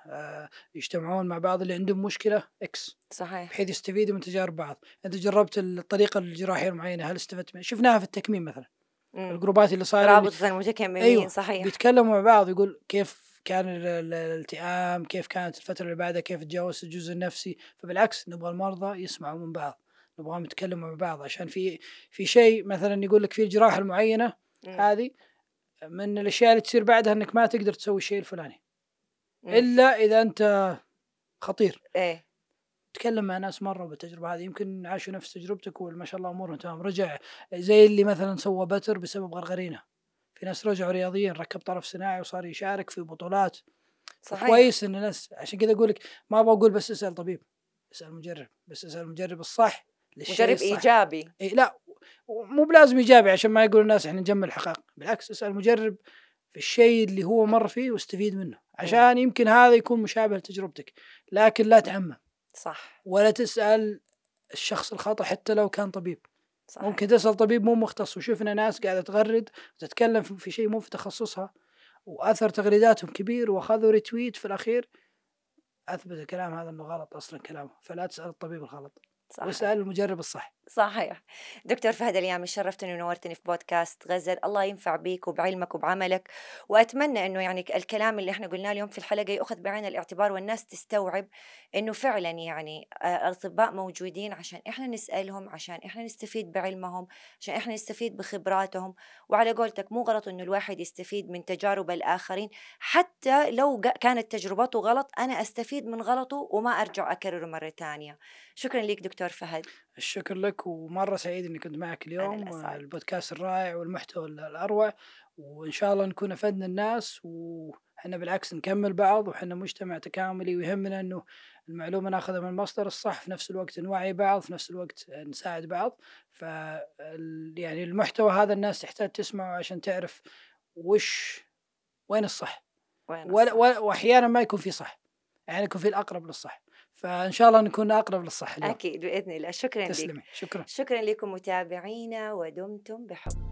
يجتمعون مع بعض اللي عندهم مشكلة إكس. صحيح. بحيث يستفيدوا من تجارب بعض. أنت جربت الطريقة الجراحية المعينة، هل استفدت منها؟ شفناها في التكميم مثلا. م. الجروبات اللي صار رابطة المتكممين. أيوة صحيح. بيتكلموا مع بعض، يقول كيف كان الالتئام، كيف كانت الفترة اللي بعدها، كيف تجاوز الجزء النفسي. فبالعكس نبغى المرضى يسمعوا من بعض، نبغاهم يتكلموا مع بعض. عشان في في شيء مثلا يقول لك في الجراحة المعينة م. هذه من الأشياء اللي تصير بعدها إنك ما تقدر تسوي الشيء الفلاني م. إلا إذا أنت خطير. إيه. تكلم مع ناس مروا بالتجربة هذه، يمكن عاشوا نفس تجربتك وما شاء الله أمورهم تمام. رجع زي اللي مثلا سوى بتر بسبب غرغرينة. في ناس رجعوا رياضيين، ركب طرف صناعي وصار يشارك في بطولات. صحيح. كويس إن الناس، عشان كذا أقولك ما أبغى أقول بس اسأل طبيب. اسأل المجرب، بس اسأل المجرب الصح للشيء مجرب الصح. إيجابي. إيه لا، مو بلازم إيجابي عشان ما يقول الناس إحنا نجمل الحقائق، بالعكس اسأل المجرب في الشيء اللي هو مر فيه واستفيد منه، عشان م. يمكن هذا يكون مشابه لتجربتك، لكن لا تعمم. صح. ولا تسأل الشخص الخطأ حتى لو كان طبيب. صحيح. ممكن تسأل طبيب مو مختص، وشوفنا ناس قاعدة تغرد وتتكلم في شيء مو في تخصصها وأثر تغريداتهم كبير وأخذوا ريتويت في الأخير أثبت الكلام هذا أنه غلط أصلا كلامه. فلا تسأل الطبيب الغلط، واسأل المجرب الصح. صحيح. دكتور فهد اليامي، شرفتني ونورتني في بودكاست غزل. الله ينفع بيك وبعلمك وبعملك، وأتمنى أنه يعني الكلام اللي احنا قلناه اليوم في الحلقة يأخذ بعين الاعتبار، والناس تستوعب أنه فعلا يعني الأطباء موجودين عشان احنا نسألهم، عشان احنا نستفيد بعلمهم، عشان احنا نستفيد بخبراتهم. وعلى قولتك مو غلط أنه الواحد يستفيد من تجارب الآخرين، حتى لو كانت تجربته غلط أنا أستفيد من غلطه وما أرجع أكرره مرة تانية. شكرا لك دكتور فهد. الشكر لك، ومرة سعيد أني كنت معك اليوم. البودكاست الرائع والمحتوى الأروع، وإن شاء الله نكون أفدنا الناس، وحنا بالعكس نكمل بعض، وحنا مجتمع تكاملي ويهمنا أنه المعلومة ناخذها من المصدر الصح، في نفس الوقت نوعي بعض، في نفس الوقت نساعد بعض. ف يعني المحتوى هذا الناس تحتاج تسمعه عشان تعرف وش وين الصح، وين الصح. وأحيانا ما يكون في صح، يعني يكون في الأقرب للصح، فإن شاء الله نكون أقرب للصح اليوم. أكيد بإذن الله. شكرا لك. شكرا. شكرا لكم متابعينا، ودمتم بحب.